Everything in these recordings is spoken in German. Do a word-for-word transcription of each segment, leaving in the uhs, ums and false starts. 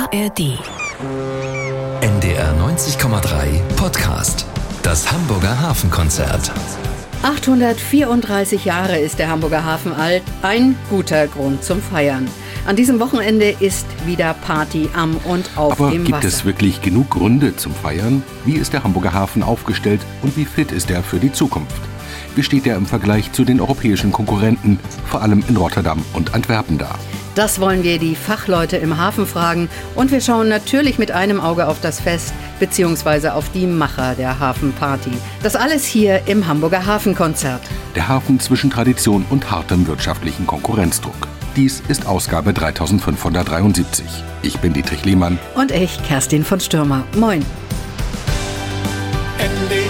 R D. N D R neunzig Komma drei Podcast. Das Hamburger Hafenkonzert. achthundertvierunddreißig Jahre ist der Hamburger Hafen alt. Ein guter Grund zum Feiern. An diesem Wochenende ist wieder Party am und auf Aber dem gibt Wasser. es wirklich genug Gründe zum Feiern? Wie ist der Hamburger Hafen aufgestellt und wie fit ist er für die Zukunft? Wie steht er im Vergleich zu den europäischen Konkurrenten, vor allem in Rotterdam und Antwerpen da? Das wollen wir die Fachleute im Hafen fragen. Und wir schauen natürlich mit einem Auge auf das Fest bzw. auf die Macher der Hafenparty. Das alles hier im Hamburger Hafenkonzert. Der Hafen zwischen Tradition und hartem wirtschaftlichen Konkurrenzdruck. Dies ist Ausgabe dreitausendfünfhundertdreiundsiebzig. Ich bin Dietrich Lehmann. Und ich, Kerstin von Stürmer. Moin. N D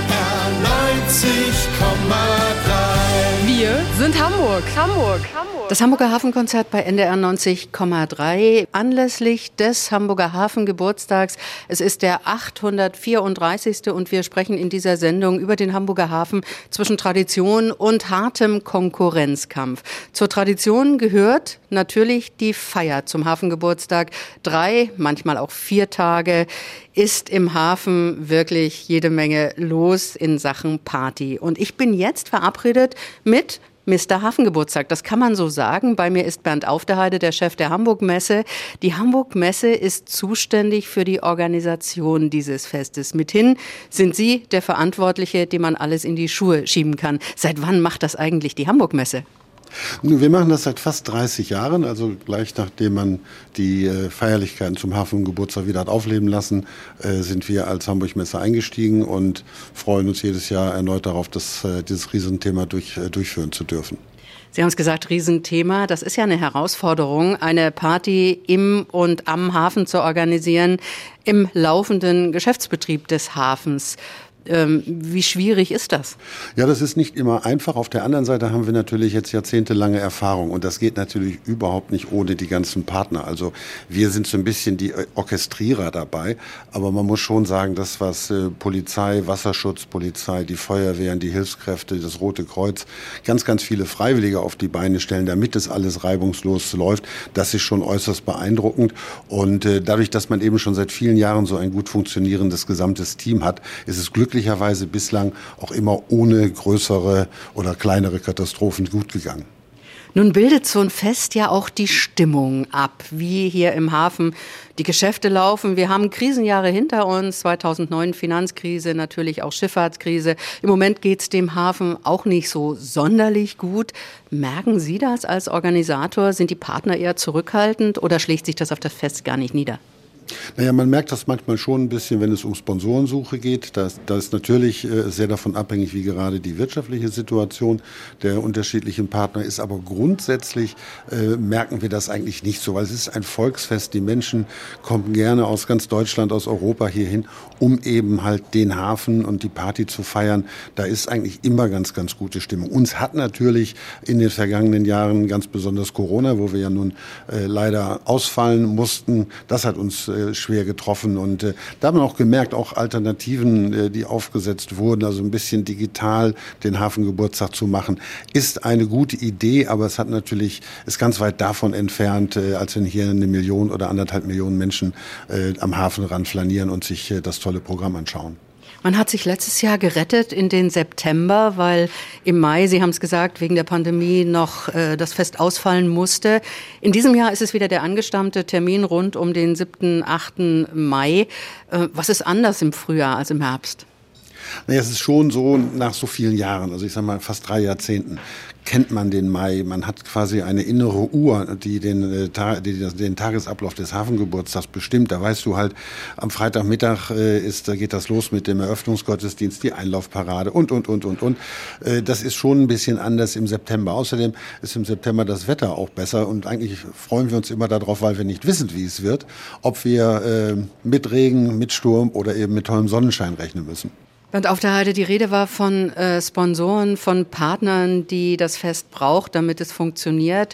R neunzig Komma drei. Wir sind Hamburg, Hamburg, Hamburg. Das Hamburger Hafenkonzert bei N D R neunzig Komma drei anlässlich des Hamburger Hafengeburtstags. Es ist der achthundertvierunddreißigste und wir sprechen in dieser Sendung über den Hamburger Hafen zwischen Tradition und hartem Konkurrenzkampf. Zur Tradition gehört natürlich die Feier zum Hafengeburtstag. Drei, manchmal auch vier Tage ist im Hafen wirklich jede Menge los in Sachen Party. Und ich bin jetzt verabredet mit Mister Hafengeburtstag, das kann man so sagen. Bei mir ist Bernd Aufderheide, der Chef der Hamburg-Messe. Die Hamburg-Messe ist zuständig für die Organisation dieses Festes. Mithin sind Sie der Verantwortliche, dem man alles in die Schuhe schieben kann. Seit wann macht das eigentlich die Hamburg-Messe? Wir machen das seit fast dreißig Jahren, also gleich nachdem man die äh, Feierlichkeiten zum Hafengeburtstag wieder hat aufleben lassen, äh, sind wir als Hamburg-Messe eingestiegen und freuen uns jedes Jahr erneut darauf, das, äh, dieses Riesenthema durch, äh, durchführen zu dürfen. Sie haben es gesagt, Riesenthema. Das ist ja eine Herausforderung, eine Party im und am Hafen zu organisieren, im laufenden Geschäftsbetrieb des Hafens. Ähm, wie schwierig ist das? Ja, das ist nicht immer einfach. Auf der anderen Seite haben wir natürlich jetzt jahrzehntelange Erfahrung und das geht natürlich überhaupt nicht ohne die ganzen Partner. Also wir sind so ein bisschen die Orchestrierer dabei, aber man muss schon sagen, das was äh, Polizei, Wasserschutzpolizei, die Feuerwehren, die Hilfskräfte, das Rote Kreuz, ganz, ganz viele Freiwillige auf die Beine stellen, damit das alles reibungslos läuft, das ist schon äußerst beeindruckend und äh, dadurch, dass man eben schon seit vielen Jahren so ein gut funktionierendes gesamtes Team hat, ist es glücklich glücklicherweise bislang auch immer ohne größere oder kleinere Katastrophen gut gegangen. Nun bildet so ein Fest ja auch die Stimmung ab, wie hier im Hafen die Geschäfte laufen. Wir haben Krisenjahre hinter uns, zweitausendneun Finanzkrise, natürlich auch Schifffahrtskrise. Im Moment geht es dem Hafen auch nicht so sonderlich gut. Merken Sie das als Organisator? Sind die Partner eher zurückhaltend oder schlägt sich das auf das Fest gar nicht nieder? Naja, man merkt das manchmal schon ein bisschen, wenn es um Sponsorensuche geht. Da ist, da ist natürlich äh, sehr davon abhängig, wie gerade die wirtschaftliche Situation der unterschiedlichen Partner ist. Aber grundsätzlich äh, merken wir das eigentlich nicht so, weil es ist ein Volksfest. Die Menschen kommen gerne aus ganz Deutschland, aus Europa hierhin, um eben halt den Hafen und die Party zu feiern. Da ist eigentlich immer ganz, ganz gute Stimmung. Uns hat natürlich in den vergangenen Jahren ganz besonders Corona, wo wir ja nun äh, leider ausfallen mussten, das hat uns äh, schwer getroffen und äh, da haben wir auch gemerkt, auch Alternativen, äh, die aufgesetzt wurden, also ein bisschen digital den Hafengeburtstag zu machen, ist eine gute Idee, aber es hat natürlich, ist ganz weit davon entfernt, äh, als wenn hier eine Million oder anderthalb Millionen Menschen äh, am Hafenrand flanieren und sich äh, das tolle Programm anschauen. Man hat sich letztes Jahr gerettet in den September, weil im Mai, Sie haben es gesagt, wegen der Pandemie noch äh, das Fest ausfallen musste. In diesem Jahr ist es wieder der angestammte Termin rund um den siebten, achten Mai. Äh, was ist anders im Frühjahr als im Herbst? Naja, es ist schon so, nach so vielen Jahren, also ich sag mal fast drei Jahrzehnten, kennt man den Mai. Man hat quasi eine innere Uhr, die den, äh, die den Tagesablauf des Hafengeburtstags bestimmt. Da weißt du halt, am Freitagmittag äh, ist, da geht das los mit dem Eröffnungsgottesdienst, die Einlaufparade und, und, und, und, und. Äh, das ist schon ein bisschen anders im September. Außerdem ist im September das Wetter auch besser und eigentlich freuen wir uns immer darauf, weil wir nicht wissen, wie es wird, ob wir äh, mit Regen, mit Sturm oder eben mit tollem Sonnenschein rechnen müssen. Bernd Aufderheide, die Rede war von äh, Sponsoren, von Partnern, die das Fest braucht, damit es funktioniert.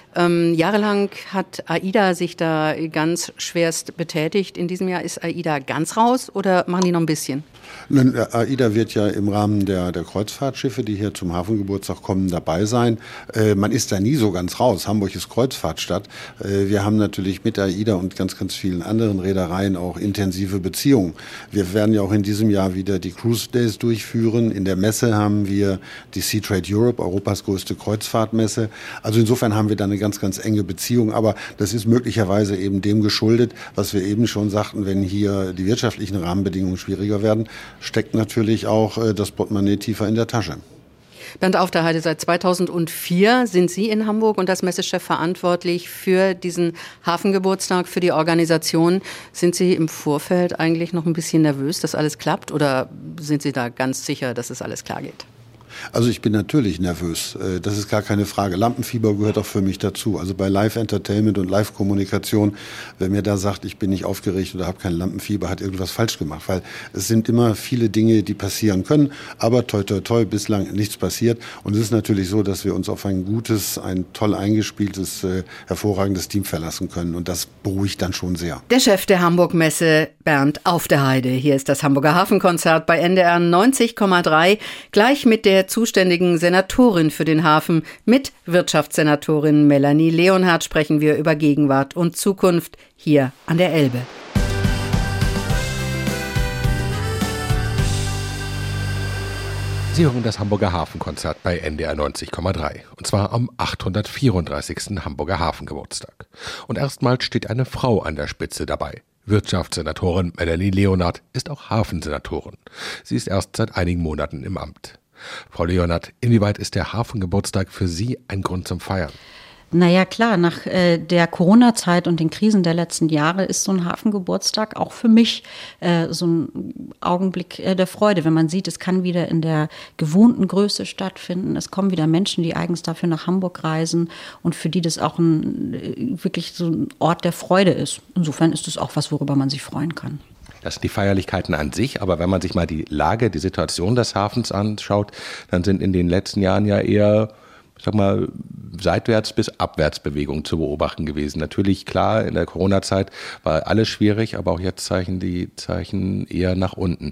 Ähm, jahrelang hat AIDA sich da ganz schwerst betätigt. In diesem Jahr ist AIDA ganz raus oder machen die noch ein bisschen? Nun, AIDA wird ja im Rahmen der, der Kreuzfahrtschiffe, die hier zum Hafengeburtstag kommen, dabei sein. Äh, man ist da nie so ganz raus. Hamburg ist Kreuzfahrtstadt. Äh, wir haben natürlich mit AIDA und ganz, ganz vielen anderen Reedereien auch intensive Beziehungen. Wir werden ja auch in diesem Jahr wieder die Cruise Days durchführen. In der Messe haben wir die Sea Trade Europe, Europas größte Kreuzfahrtmesse. Also insofern haben wir da eine ganz, ganz enge Beziehung. Aber das ist möglicherweise eben dem geschuldet, was wir eben schon sagten, wenn hier die wirtschaftlichen Rahmenbedingungen schwieriger werden, steckt natürlich auch äh, das Portemonnaie tiefer in der Tasche. Bernd Aufderheide, seit zweitausendvier sind Sie in Hamburg und als Messechef verantwortlich für diesen Hafengeburtstag, für die Organisation. Sind Sie im Vorfeld eigentlich noch ein bisschen nervös, dass alles klappt, oder sind Sie da ganz sicher, dass es alles klar geht? Also ich bin natürlich nervös, das ist gar keine Frage. Lampenfieber gehört auch für mich dazu. Also bei Live-Entertainment und Live-Kommunikation, wer mir da sagt, ich bin nicht aufgeregt oder habe kein Lampenfieber, hat irgendwas falsch gemacht. Weil es sind immer viele Dinge, die passieren können, aber toi toi toi, bislang nichts passiert. Und es ist natürlich so, dass wir uns auf ein gutes, ein toll eingespieltes, äh, hervorragendes Team verlassen können. Und das beruhigt dann schon sehr. Der Chef der Hamburg-Messe, Bernd Aufderheide. Hier ist das Hamburger Hafenkonzert bei N D R neunzig Komma drei, gleich mit der zuständigen Senatorin für den Hafen. Mit Wirtschaftssenatorin Melanie Leonhardt sprechen wir über Gegenwart und Zukunft hier an der Elbe. Sie hören das Hamburger Hafenkonzert bei N D R neunzig Komma drei. Und zwar am achthundertvierunddreißigsten Hamburger Hafengeburtstag. Und erstmals steht eine Frau an der Spitze dabei. Wirtschaftssenatorin Melanie Leonhardt ist auch Hafensenatorin. Sie ist erst seit einigen Monaten im Amt. Frau Leonhardt, inwieweit ist der Hafengeburtstag für Sie ein Grund zum Feiern? Naja, klar, nach äh, der Corona-Zeit und den Krisen der letzten Jahre ist so ein Hafengeburtstag auch für mich äh, so ein Augenblick äh, der Freude, wenn man sieht, es kann wieder in der gewohnten Größe stattfinden. Es kommen wieder Menschen, die eigens dafür nach Hamburg reisen und für die das auch ein, äh, wirklich so ein Ort der Freude ist. Insofern ist es auch was, worüber man sich freuen kann. Das sind die Feierlichkeiten an sich, aber wenn man sich mal die Lage, die Situation des Hafens anschaut, dann sind in den letzten Jahren ja eher, ich sag mal, seitwärts bis Abwärtsbewegungen zu beobachten gewesen. Natürlich, klar, in der Corona-Zeit war alles schwierig, aber auch jetzt zeichnen die Zeichen eher nach unten.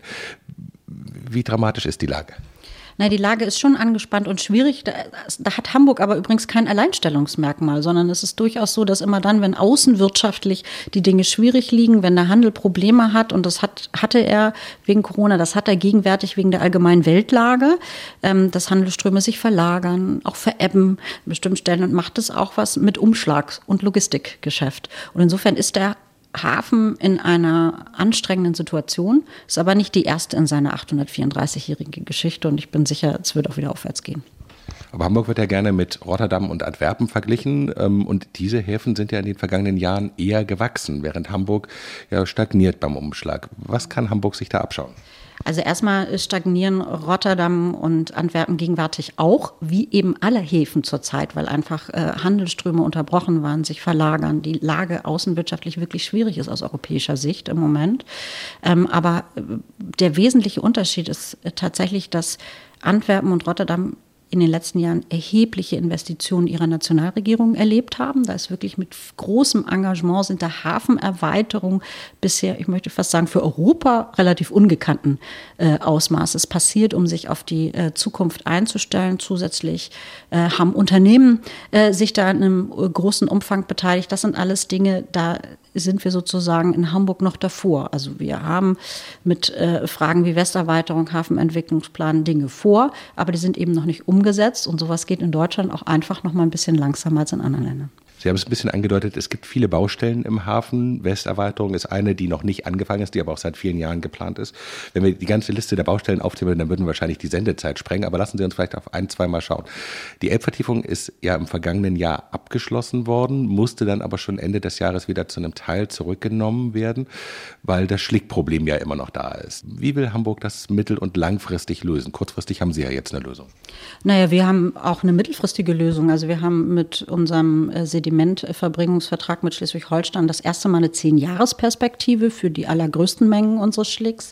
Wie dramatisch ist die Lage? Na, die Lage ist schon angespannt und schwierig. Da, da hat Hamburg aber übrigens kein Alleinstellungsmerkmal, sondern es ist durchaus so, dass immer dann, wenn außenwirtschaftlich die Dinge schwierig liegen, wenn der Handel Probleme hat, und das hat, hatte er wegen Corona, das hat er gegenwärtig wegen der allgemeinen Weltlage, ähm, dass Handelsströme sich verlagern, auch verebben an bestimmten Stellen, und macht es auch was mit Umschlags- und Logistikgeschäft. Und insofern ist der Hafen in einer anstrengenden Situation, ist aber nicht die erste in seiner achthundertvierunddreißigjährigen Geschichte, und ich bin sicher, es wird auch wieder aufwärts gehen. Aber Hamburg wird ja gerne mit Rotterdam und Antwerpen verglichen, und diese Häfen sind ja in den vergangenen Jahren eher gewachsen, während Hamburg ja stagniert beim Umschlag. Was kann Hamburg sich da abschauen? Also erstmal stagnieren Rotterdam und Antwerpen gegenwärtig auch, wie eben alle Häfen zurzeit, weil einfach äh, Handelsströme unterbrochen waren, sich verlagern, die Lage außenwirtschaftlich wirklich schwierig ist aus europäischer Sicht im Moment. Ähm, aber der wesentliche Unterschied ist tatsächlich, dass Antwerpen und Rotterdam in den letzten Jahren erhebliche Investitionen ihrer Nationalregierung erlebt haben. Da ist wirklich mit großem Engagement sind der Hafenerweiterung bisher, ich möchte fast sagen, für Europa relativ ungekannten äh, Ausmaßes passiert, um sich auf die äh, Zukunft einzustellen. Zusätzlich äh, haben Unternehmen äh, sich da in einem äh, großen Umfang beteiligt. Das sind alles Dinge, da sind wir sozusagen in Hamburg noch davor. Also wir haben mit äh, Fragen wie Westerweiterung, Hafenentwicklungsplan Dinge vor, aber die sind eben noch nicht umgesetzt, und sowas geht in Deutschland auch einfach noch mal ein bisschen langsamer als in anderen Ländern. Sie haben es ein bisschen angedeutet, es gibt viele Baustellen im Hafen. Westerweiterung ist eine, die noch nicht angefangen ist, die aber auch seit vielen Jahren geplant ist. Wenn wir die ganze Liste der Baustellen aufzählen, dann würden wir wahrscheinlich die Sendezeit sprengen. Aber lassen Sie uns vielleicht auf ein, zwei Mal schauen. Die Elbvertiefung ist ja im vergangenen Jahr abgeschlossen worden, musste dann aber schon Ende des Jahres wieder zu einem Teil zurückgenommen werden, weil das Schlickproblem ja immer noch da ist. Wie will Hamburg das mittel- und langfristig lösen? Kurzfristig haben Sie ja jetzt eine Lösung. Naja, wir haben auch eine mittelfristige Lösung. Also wir haben mit unserem Sedimentverbringungsvertrag mit Schleswig-Holstein das erste Mal eine zehn-Jahres-Perspektive für die allergrößten Mengen unseres Schlicks.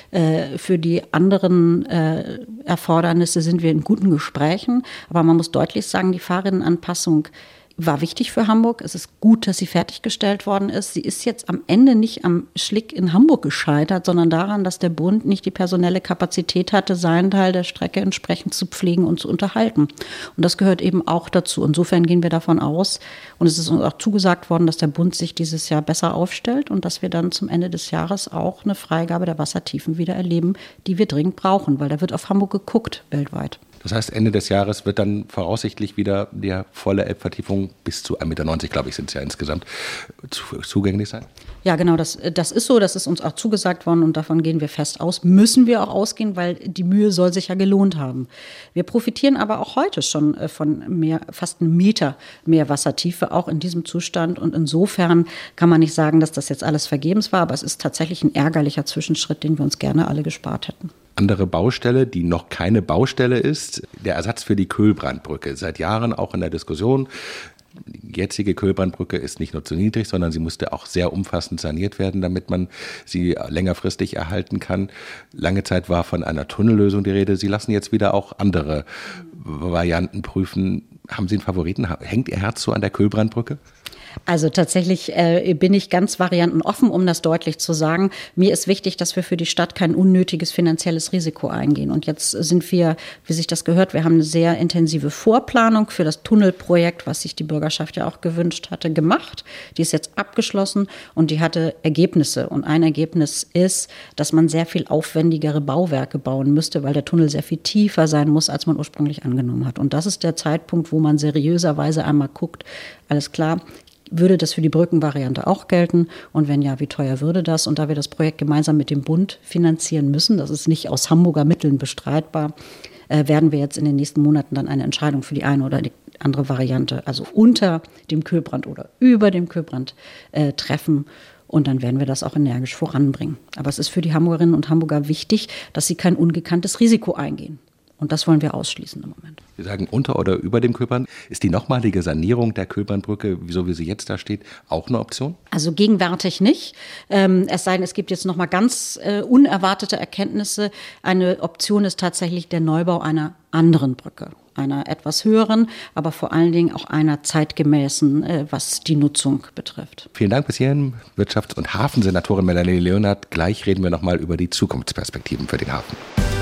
Für die anderen Erfordernisse sind wir in guten Gesprächen. Aber man muss deutlich sagen, die Fahrrinnenanpassung war wichtig für Hamburg. Es ist gut, dass sie fertiggestellt worden ist. Sie ist jetzt am Ende nicht am Schlick in Hamburg gescheitert, sondern daran, dass der Bund nicht die personelle Kapazität hatte, seinen Teil der Strecke entsprechend zu pflegen und zu unterhalten. Und das gehört eben auch dazu. Insofern gehen wir davon aus, und es ist uns auch zugesagt worden, dass der Bund sich dieses Jahr besser aufstellt und dass wir dann zum Ende des Jahres auch eine Freigabe der Wassertiefen wieder erleben, die wir dringend brauchen, weil da wird auf Hamburg geguckt weltweit. Das heißt, Ende des Jahres wird dann voraussichtlich wieder die volle Elbvertiefung bis zu ein Meter neunzig, glaube ich, sind es ja insgesamt, zugänglich sein? Ja, genau, das, das ist so, das ist uns auch zugesagt worden und davon gehen wir fest aus. Müssen wir auch ausgehen, weil die Mühe soll sich ja gelohnt haben. Wir profitieren aber auch heute schon von mehr, fast einem Meter mehr Wassertiefe, auch in diesem Zustand. Und insofern kann man nicht sagen, dass das jetzt alles vergebens war, aber es ist tatsächlich ein ärgerlicher Zwischenschritt, den wir uns gerne alle gespart hätten. Andere Baustelle, die noch keine Baustelle ist, der Ersatz für die Kühlbrandbrücke. Seit Jahren auch in der Diskussion. Die jetzige Kühlbrandbrücke ist nicht nur zu niedrig, sondern sie musste auch sehr umfassend saniert werden, damit man sie längerfristig erhalten kann. Lange Zeit war von einer Tunnellösung die Rede. Sie lassen jetzt wieder auch andere Varianten prüfen. Haben Sie einen Favoriten? Hängt Ihr Herz so an der Kühlbrandbrücke? Also tatsächlich äh, bin ich ganz variantenoffen, um das deutlich zu sagen. Mir ist wichtig, dass wir für die Stadt kein unnötiges finanzielles Risiko eingehen. Und jetzt sind wir, wie sich das gehört, wir haben eine sehr intensive Vorplanung für das Tunnelprojekt, was sich die Bürgerschaft ja auch gewünscht hatte, gemacht. Die ist jetzt abgeschlossen und die hatte Ergebnisse. Und ein Ergebnis ist, dass man sehr viel aufwendigere Bauwerke bauen müsste, weil der Tunnel sehr viel tiefer sein muss, als man ursprünglich angenommen hat. Und das ist der Zeitpunkt, wo man seriöserweise einmal guckt, alles klar, würde das für die Brückenvariante auch gelten? Und wenn ja, wie teuer würde das? Und da wir das Projekt gemeinsam mit dem Bund finanzieren müssen, das ist nicht aus Hamburger Mitteln bestreitbar, äh, werden wir jetzt in den nächsten Monaten dann eine Entscheidung für die eine oder die andere Variante, also unter dem Kühlbrand oder über dem Kühlbrand, äh, treffen. Und dann werden wir das auch energisch voranbringen. Aber es ist für die Hamburgerinnen und Hamburger wichtig, dass sie kein ungekanntes Risiko eingehen. Und das wollen wir ausschließen im Moment. Sie sagen unter oder über dem Kühlbrand. Ist die nochmalige Sanierung der Kühlbrandbrücke, so wie sie jetzt da steht, auch eine Option? Also gegenwärtig nicht. Ähm, es sei denn, es gibt jetzt nochmal ganz äh, unerwartete Erkenntnisse. Eine Option ist tatsächlich der Neubau einer anderen Brücke. Einer etwas höheren, aber vor allen Dingen auch einer zeitgemäßen, äh, was die Nutzung betrifft. Vielen Dank bis hierhin, Wirtschafts- und Hafensenatorin Melanie Leonhardt. Gleich reden wir nochmal über die Zukunftsperspektiven für den Hafen.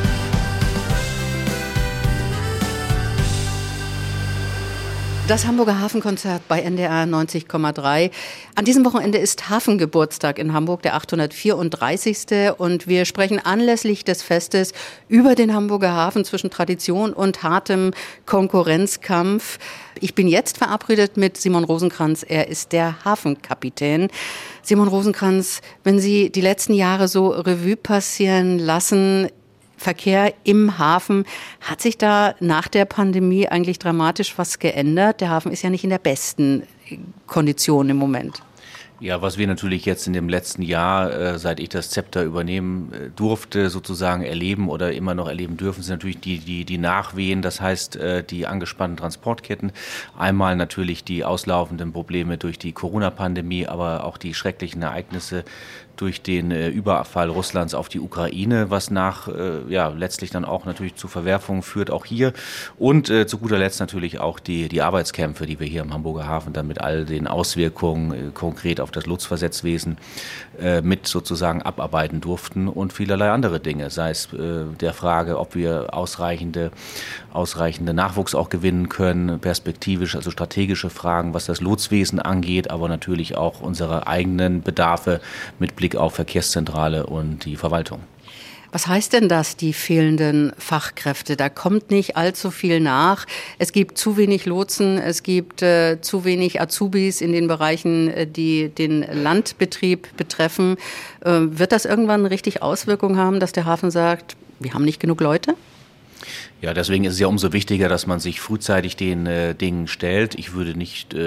Das Hamburger Hafenkonzert bei N D R neunzig Komma drei. An diesem Wochenende ist Hafengeburtstag in Hamburg, der achthundertvierunddreißigste. Und wir sprechen anlässlich des Festes über den Hamburger Hafen zwischen Tradition und hartem Konkurrenzkampf. Ich bin jetzt verabredet mit Simon Rosenkranz. Er ist der Hafenkapitän. Simon Rosenkranz, wenn Sie die letzten Jahre so Revue passieren lassen, Verkehr im Hafen. Hat sich da nach der Pandemie eigentlich dramatisch was geändert? Der Hafen ist ja nicht in der besten Kondition im Moment. Ja, was wir natürlich jetzt in dem letzten Jahr, äh, seit ich das Zepter übernehmen äh, durfte, sozusagen erleben oder immer noch erleben dürfen, sind natürlich die, die, die Nachwehen, das heißt äh, die angespannten Transportketten. Einmal natürlich die auslaufenden Probleme durch die Corona-Pandemie, aber auch die schrecklichen Ereignisse durch den äh, Überfall Russlands auf die Ukraine, was nach, äh, ja, letztlich dann auch natürlich zu Verwerfungen führt, auch hier. Und äh, zu guter Letzt natürlich auch die, die Arbeitskämpfe, die wir hier im Hamburger Hafen dann mit all den Auswirkungen äh, konkret auf das Lotsenversetzwesen äh, mit sozusagen abarbeiten durften und vielerlei andere Dinge, sei es äh, der Frage, ob wir ausreichende, ausreichende Nachwuchs auch gewinnen können, perspektivisch, also strategische Fragen, was das Lotswesen angeht, aber natürlich auch unsere eigenen Bedarfe mit Blick auf Verkehrszentrale und die Verwaltung. Was heißt denn das, die fehlenden Fachkräfte? Da kommt nicht allzu viel nach. Es gibt zu wenig Lotsen, es gibt äh, zu wenig Azubis in den Bereichen, äh, die den Landbetrieb betreffen. Äh, wird das irgendwann richtig Auswirkungen haben, dass der Hafen sagt, wir haben nicht genug Leute? Ja, deswegen ist es ja umso wichtiger, dass man sich frühzeitig den äh, Dingen stellt. Ich würde nicht äh,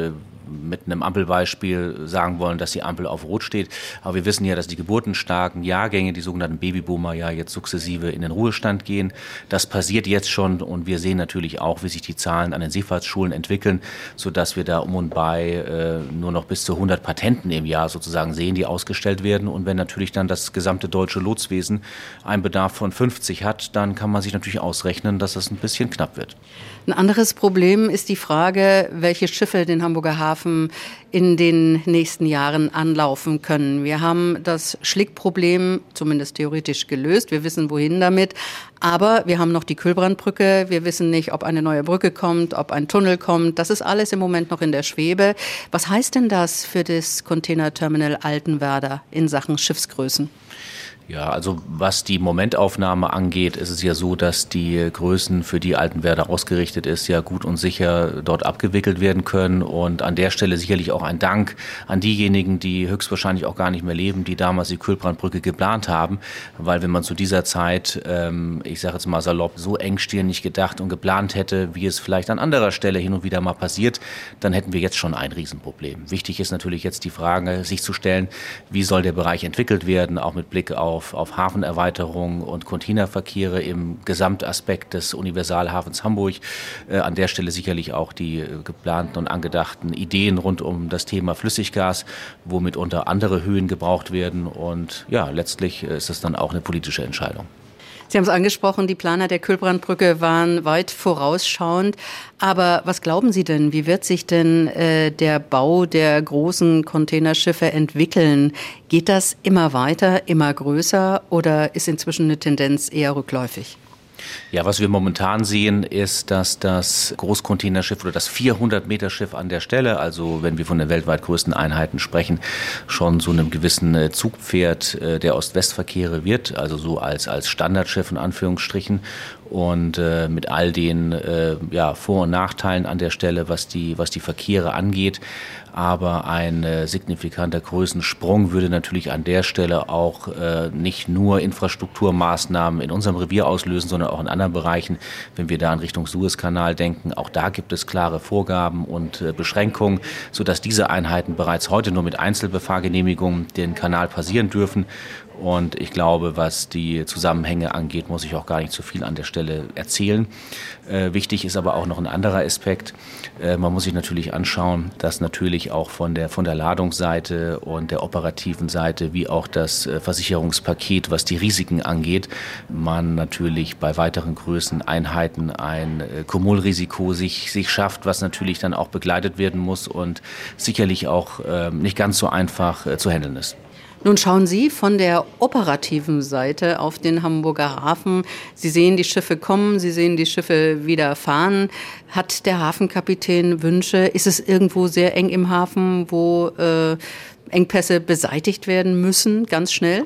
mit einem Ampelbeispiel sagen wollen, dass die Ampel auf Rot steht. Aber wir wissen ja, dass die geburtenstarken Jahrgänge, die sogenannten Babyboomer, ja jetzt sukzessive in den Ruhestand gehen. Das passiert jetzt schon und wir sehen natürlich auch, wie sich die Zahlen an den Seefahrtsschulen entwickeln, sodass wir da um und bei äh, nur noch bis zu hundert Patenten im Jahr sozusagen sehen, die ausgestellt werden. Und wenn natürlich dann das gesamte deutsche Lotsenwesen einen Bedarf von fünfzig hat, dann kann man sich natürlich ausrechnen, dass das ein bisschen knapp wird. Ein anderes Problem ist die Frage, welche Schiffe den Hamburger Hafen in den nächsten Jahren anlaufen können. Wir haben das Schlickproblem zumindest theoretisch gelöst. Wir wissen, wohin damit. Aber wir haben noch die Kühlbrandbrücke. Wir wissen nicht, ob eine neue Brücke kommt, ob ein Tunnel kommt. Das ist alles im Moment noch in der Schwebe. Was heißt denn das für das Containerterminal Altenwerder in Sachen Schiffsgrößen? Ja, also was die Momentaufnahme angeht, ist es ja so, dass die Größen, für die Altenwerder ausgerichtet ist, ja gut und sicher dort abgewickelt werden können. Und an der Stelle sicherlich auch ein Dank an diejenigen, die höchstwahrscheinlich auch gar nicht mehr leben, die damals die Kühlbrandbrücke geplant haben. Weil wenn man zu dieser Zeit, ähm, ich sage jetzt mal salopp, so engstirnig gedacht und geplant hätte, wie es vielleicht an anderer Stelle hin und wieder mal passiert, dann hätten wir jetzt schon ein Riesenproblem. Wichtig ist natürlich jetzt die Frage, sich zu stellen, wie soll der Bereich entwickelt werden, auch mit Blick auf Auf, auf Hafenerweiterung und Containerverkehre im Gesamtaspekt des Universalhafens Hamburg. Äh, an der Stelle sicherlich auch die äh, geplanten und angedachten Ideen rund um das Thema Flüssiggas, wo mitunter andere Höhen gebraucht werden. Und ja, letztlich äh, ist das dann auch eine politische Entscheidung. Sie haben es angesprochen, die Planer der Kühlbrandbrücke waren weit vorausschauend. Aber was glauben Sie denn, wie wird sich denn äh, der Bau der großen Containerschiffe entwickeln? Geht das immer weiter, immer größer oder ist inzwischen eine Tendenz eher rückläufig? Ja, was wir momentan sehen, ist, dass das Großcontainerschiff oder das vierhundert Meter Schiff an der Stelle, also wenn wir von den weltweit größten Einheiten sprechen, schon so einem gewissen Zugpferd der Ost-West-Verkehre wird, also so als, als Standardschiff in Anführungsstrichen. Und äh, mit all den äh, ja, Vor- und Nachteilen an der Stelle, was die, was die Verkehre angeht. Aber ein äh, signifikanter Größensprung würde natürlich an der Stelle auch äh, nicht nur Infrastrukturmaßnahmen in unserem Revier auslösen, sondern auch in anderen Bereichen. Wenn wir da in Richtung Suezkanal denken, auch da gibt es klare Vorgaben und äh, Beschränkungen, sodass diese Einheiten bereits heute nur mit Einzelbefahrgenehmigungen den Kanal passieren dürfen. Und ich glaube, was die Zusammenhänge angeht, muss ich auch gar nicht zu viel an der Stelle erzählen. Äh, wichtig ist aber auch noch ein anderer Aspekt. Äh, man muss sich natürlich anschauen, dass natürlich auch von der, von der Ladungsseite und der operativen Seite wie auch das äh, Versicherungspaket, was die Risiken angeht, man natürlich bei weiteren Größeneinheiten ein äh, Kumulrisiko sich, sich schafft, was natürlich dann auch begleitet werden muss und sicherlich auch äh, nicht ganz so einfach äh, zu handeln ist. Nun schauen Sie von der operativen Seite auf den Hamburger Hafen. Sie sehen die Schiffe kommen, Sie sehen die Schiffe wieder fahren. Hat der Hafenkapitän Wünsche? Ist es irgendwo sehr eng im Hafen, wo äh, Engpässe beseitigt werden müssen, ganz schnell?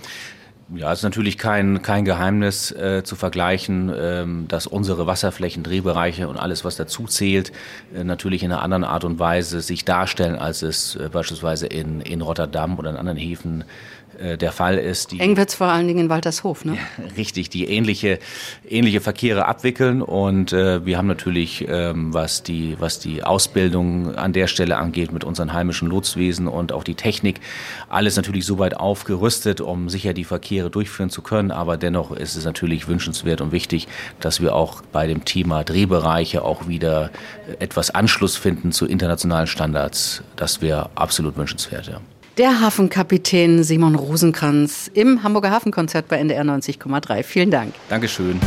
Ja, es ist natürlich kein, kein Geheimnis äh, zu vergleichen, ähm, dass unsere Wasserflächen, Drehbereiche und alles, was dazu zählt, äh, natürlich in einer anderen Art und Weise sich darstellen, als es äh, beispielsweise in, in Rotterdam oder in anderen Häfen äh, der Fall ist. Die, eng wird's vor allen Dingen in Waltershof, ne? Ja, richtig, die ähnliche, ähnliche Verkehre abwickeln und äh, wir haben natürlich, ähm, was die, was die Ausbildung an der Stelle angeht, mit unseren heimischen Lotsenwesen und auch die Technik, alles natürlich so weit aufgerüstet, um sicher die Verkehre durchführen zu können, aber dennoch ist es natürlich wünschenswert und wichtig, dass wir auch bei dem Thema Drehbereiche auch wieder etwas Anschluss finden zu internationalen Standards. Das wäre absolut wünschenswert, ja. Der Hafenkapitän Simon Rosenkranz im Hamburger Hafenkonzert bei N D R neunzig Komma drei. Vielen Dank. Dankeschön.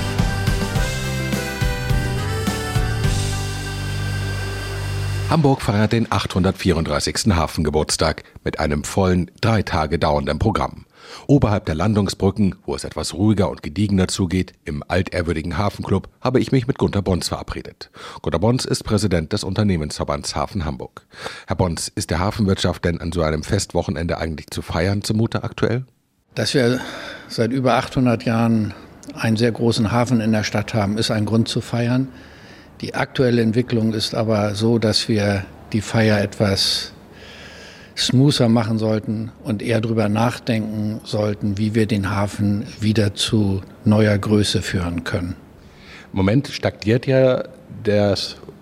Hamburg feiert den achthundertvierunddreißigsten Hafengeburtstag mit einem vollen, drei Tage dauernden Programm. Oberhalb der Landungsbrücken, wo es etwas ruhiger und gediegener zugeht, im altehrwürdigen Hafenclub, habe ich mich mit Gunter Bons verabredet. Gunter Bons ist Präsident des Unternehmensverbands Hafen Hamburg. Herr Bons, ist der Hafenwirtschaft denn an so einem Festwochenende eigentlich zu feiern zumute aktuell? Dass wir seit über achthundert Jahren einen sehr großen Hafen in der Stadt haben, ist ein Grund zu feiern. Die aktuelle Entwicklung ist aber so, dass wir die Feier etwas smoother machen sollten und eher darüber nachdenken sollten, wie wir den Hafen wieder zu neuer Größe führen können. Im Moment stagniert ja das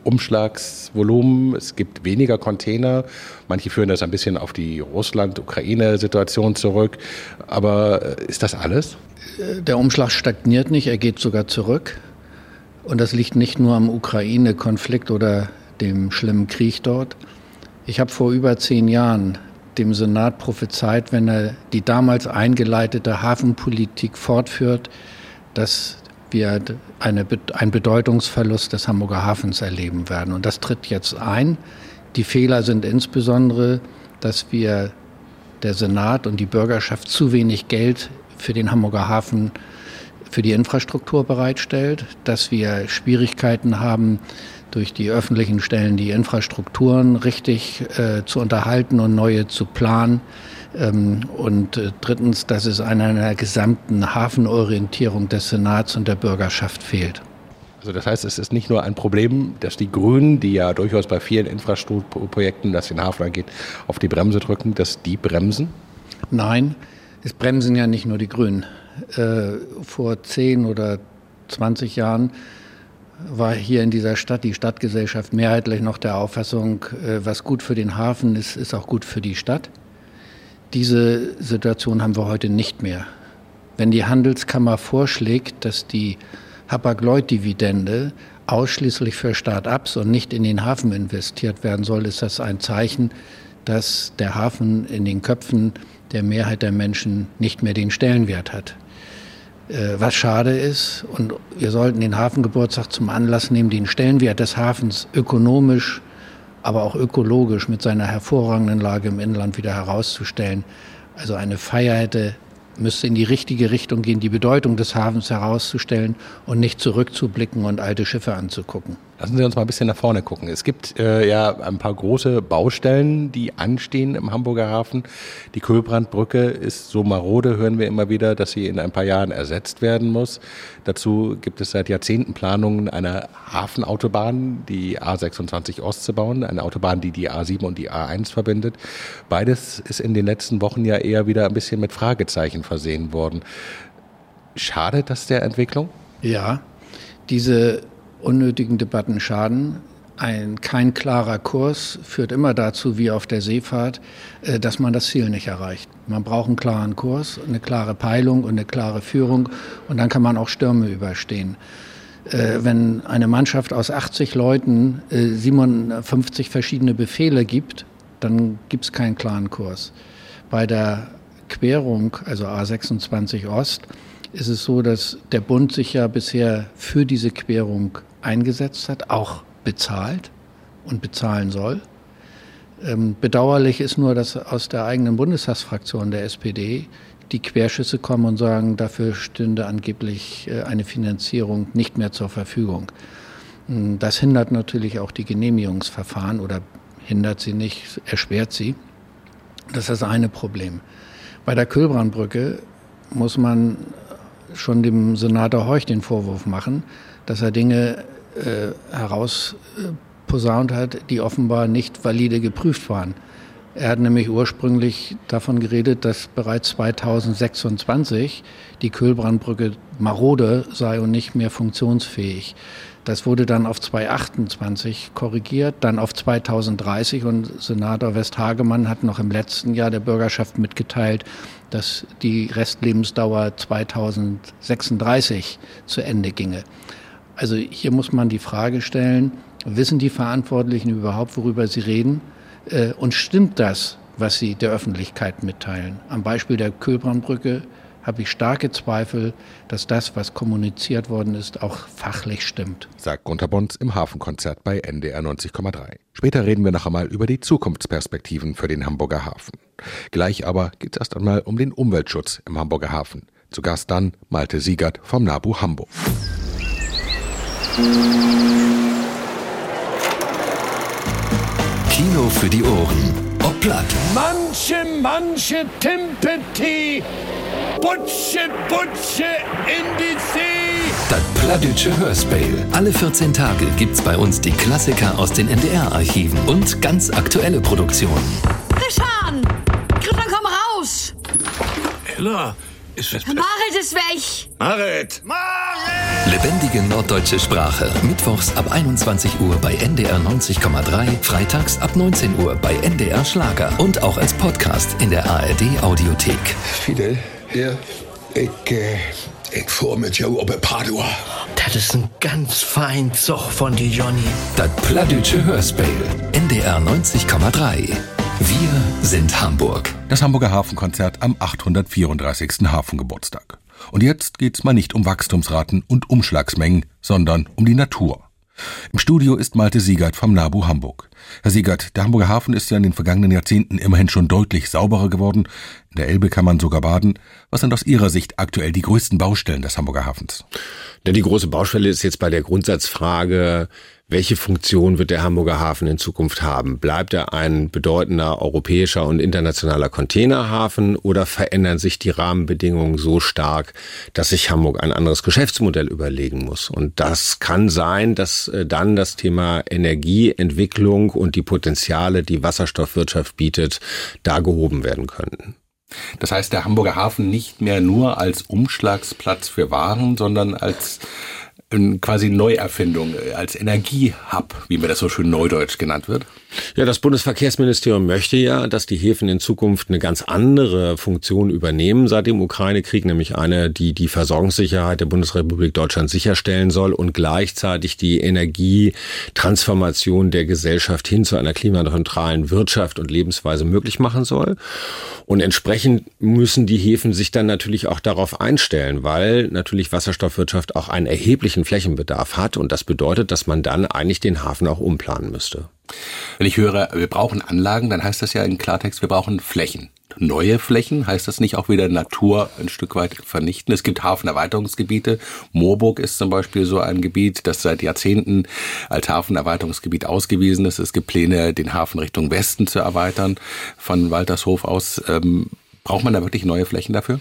Umschlagsvolumen, es gibt weniger Container. Manche führen das ein bisschen auf die Russland-Ukraine-Situation zurück. Aber ist das alles? Der Umschlag stagniert nicht, er geht sogar zurück. Und das liegt nicht nur am Ukraine-Konflikt oder dem schlimmen Krieg dort. Ich habe vor über zehn Jahren dem Senat prophezeit, wenn er die damals eingeleitete Hafenpolitik fortführt, dass wir eine, einen Bedeutungsverlust des Hamburger Hafens erleben werden. Und das tritt jetzt ein. Die Fehler sind insbesondere, dass wir, der Senat und die Bürgerschaft, zu wenig Geld für den Hamburger Hafen, für die Infrastruktur bereitstellt, dass wir Schwierigkeiten haben, durch die öffentlichen Stellen die Infrastrukturen richtig äh, zu unterhalten und neue zu planen. Ähm, und äh, drittens, dass es an einer gesamten Hafenorientierung des Senats und der Bürgerschaft fehlt. Also das heißt, es ist nicht nur ein Problem, dass die Grünen, die ja durchaus bei vielen Infrastrukturprojekten, das den Hafen angeht, auf die Bremse drücken, dass die bremsen? Nein, es bremsen ja nicht nur die Grünen. Äh, vor zehn oder zwanzig Jahren war hier in dieser Stadt die Stadtgesellschaft mehrheitlich noch der Auffassung, was gut für den Hafen ist, ist auch gut für die Stadt. Diese Situation haben wir heute nicht mehr. Wenn die Handelskammer vorschlägt, dass die Hapag-Lloyd-Dividende ausschließlich für Start-ups und nicht in den Hafen investiert werden soll, ist das ein Zeichen, dass der Hafen in den Köpfen der Mehrheit der Menschen nicht mehr den Stellenwert hat. Was schade ist, und wir sollten den Hafengeburtstag zum Anlass nehmen, den Stellenwert des Hafens ökonomisch, aber auch ökologisch mit seiner hervorragenden Lage im Inland wieder herauszustellen. Also eine Feier hätte, müsste in die richtige Richtung gehen, die Bedeutung des Hafens herauszustellen und nicht zurückzublicken und alte Schiffe anzugucken. Lassen Sie uns mal ein bisschen nach vorne gucken. Es gibt äh, ja ein paar große Baustellen, die anstehen im Hamburger Hafen. Die Kühlbrandbrücke ist so marode, hören wir immer wieder, dass sie in ein paar Jahren ersetzt werden muss. Dazu gibt es seit Jahrzehnten Planungen einer Hafenautobahn, die A sechsundzwanzig Ost zu bauen, eine Autobahn, die die A sieben und die A eins verbindet. Beides ist in den letzten Wochen ja eher wieder ein bisschen mit Fragezeichen versehen worden. Schadet das der Entwicklung? Ja, diese unnötigen Debatten schaden. Ein, kein klarer Kurs führt immer dazu, wie auf der Seefahrt, dass man das Ziel nicht erreicht. Man braucht einen klaren Kurs, eine klare Peilung und eine klare Führung, und dann kann man auch Stürme überstehen. Wenn eine Mannschaft aus achtzig Leuten siebenundfünfzig verschiedene Befehle gibt, dann gibt es keinen klaren Kurs. Bei der Querung, also A sechsundzwanzig Ost, ist es so, dass der Bund sich ja bisher für diese Querung eingesetzt hat, auch bezahlt und bezahlen soll. Ähm, bedauerlich ist nur, dass aus der eigenen Bundestagsfraktion der S P D die Querschüsse kommen und sagen, dafür stünde angeblich äh, eine Finanzierung nicht mehr zur Verfügung. Das hindert natürlich auch die Genehmigungsverfahren oder hindert sie nicht, erschwert sie. Das ist das eine Problem. Bei der Kühlbrandbrücke muss man schon dem Senator Horch den Vorwurf machen, dass er Dinge äh, herausposaunt hat, die offenbar nicht valide geprüft waren. Er hat nämlich ursprünglich davon geredet, dass bereits zweitausendsechsundzwanzig die Kühlbrandbrücke marode sei und nicht mehr funktionsfähig. Das wurde dann auf zweitausendachtundzwanzig korrigiert, dann auf zweitausenddreißig, und Senator Westhagemann hat noch im letzten Jahr der Bürgerschaft mitgeteilt, dass die Restlebensdauer zweitausendsechsunddreißig zu Ende ginge. Also hier muss man die Frage stellen, wissen die Verantwortlichen überhaupt, worüber sie reden? Und stimmt das, was sie der Öffentlichkeit mitteilen? Am Beispiel der Kühlbrandbrücke habe ich starke Zweifel, dass das, was kommuniziert worden ist, auch fachlich stimmt. Sagt Gunter Bons im Hafenkonzert bei N D R neunzig Komma drei. Später reden wir noch einmal über die Zukunftsperspektiven für den Hamburger Hafen. Gleich aber geht es erst einmal um den Umweltschutz im Hamburger Hafen. Zu Gast dann Malte Siegert vom NABU Hamburg. Kino für die Ohren. Ob platt. Manche, manche Timpeti, Butsche, Butsche in die See. Das plattdütsche Hörspiel. Alle vierzehn Tage gibt's bei uns die Klassiker aus den N D R-Archiven und ganz aktuelle Produktionen. Christian! Christian, komm raus! Ella, Ist es Marit ist weg! Marit! Marit! Lebendige norddeutsche Sprache. Mittwochs ab einundzwanzig Uhr bei N D R neunzig Komma drei, freitags ab neunzehn Uhr bei N D R Schlager und auch als Podcast in der A R D Audiothek. Fidel? Ja? Ich, äh, ich fuhr mit jou op Padua. Das ist ein ganz fein Zug von die Johnny. Das Plattdeutsche Hörspiel. N D R neunzig Komma drei. Wir sind Hamburg. Das Hamburger Hafenkonzert am achthundertvierunddreißigsten Hafengeburtstag. Und jetzt geht's mal nicht um Wachstumsraten und Umschlagsmengen, sondern um die Natur. Im Studio ist Malte Siegert vom NABU Hamburg. Herr Siegert, der Hamburger Hafen ist ja in den vergangenen Jahrzehnten immerhin schon deutlich sauberer geworden. In der Elbe kann man sogar baden. Was sind aus Ihrer Sicht aktuell die größten Baustellen des Hamburger Hafens? Ja, die große Baustelle ist jetzt bei der Grundsatzfrage, welche Funktion wird der Hamburger Hafen in Zukunft haben? Bleibt er ein bedeutender europäischer und internationaler Containerhafen oder verändern sich die Rahmenbedingungen so stark, dass sich Hamburg ein anderes Geschäftsmodell überlegen muss? Und das kann sein, dass dann das Thema Energieentwicklung und die Potenziale, die Wasserstoffwirtschaft bietet, da gehoben werden könnten. Das heißt, der Hamburger Hafen nicht mehr nur als Umschlagsplatz für Waren, sondern als quasi Neuerfindung, als Energiehub, wie mir das so schön neudeutsch genannt wird? Ja, das Bundesverkehrsministerium möchte ja, dass die Häfen in Zukunft eine ganz andere Funktion übernehmen seit dem Ukraine-Krieg, nämlich eine, die die Versorgungssicherheit der Bundesrepublik Deutschland sicherstellen soll und gleichzeitig die Energietransformation der Gesellschaft hin zu einer klimaneutralen Wirtschaft und Lebensweise möglich machen soll. Und entsprechend müssen die Häfen sich dann natürlich auch darauf einstellen, weil natürlich Wasserstoffwirtschaft auch einen erheblichen Flächenbedarf hat und das bedeutet, dass man dann eigentlich den Hafen auch umplanen müsste. Wenn ich höre, wir brauchen Anlagen, dann heißt das ja in Klartext, wir brauchen Flächen. Neue Flächen, heißt das nicht auch wieder Natur ein Stück weit vernichten? Es gibt Hafenerweiterungsgebiete. Moorburg ist zum Beispiel so ein Gebiet, das seit Jahrzehnten als Hafenerweiterungsgebiet ausgewiesen ist. Es gibt Pläne, den Hafen Richtung Westen zu erweitern. Von Waltershof aus, ähm, braucht man da wirklich neue Flächen dafür?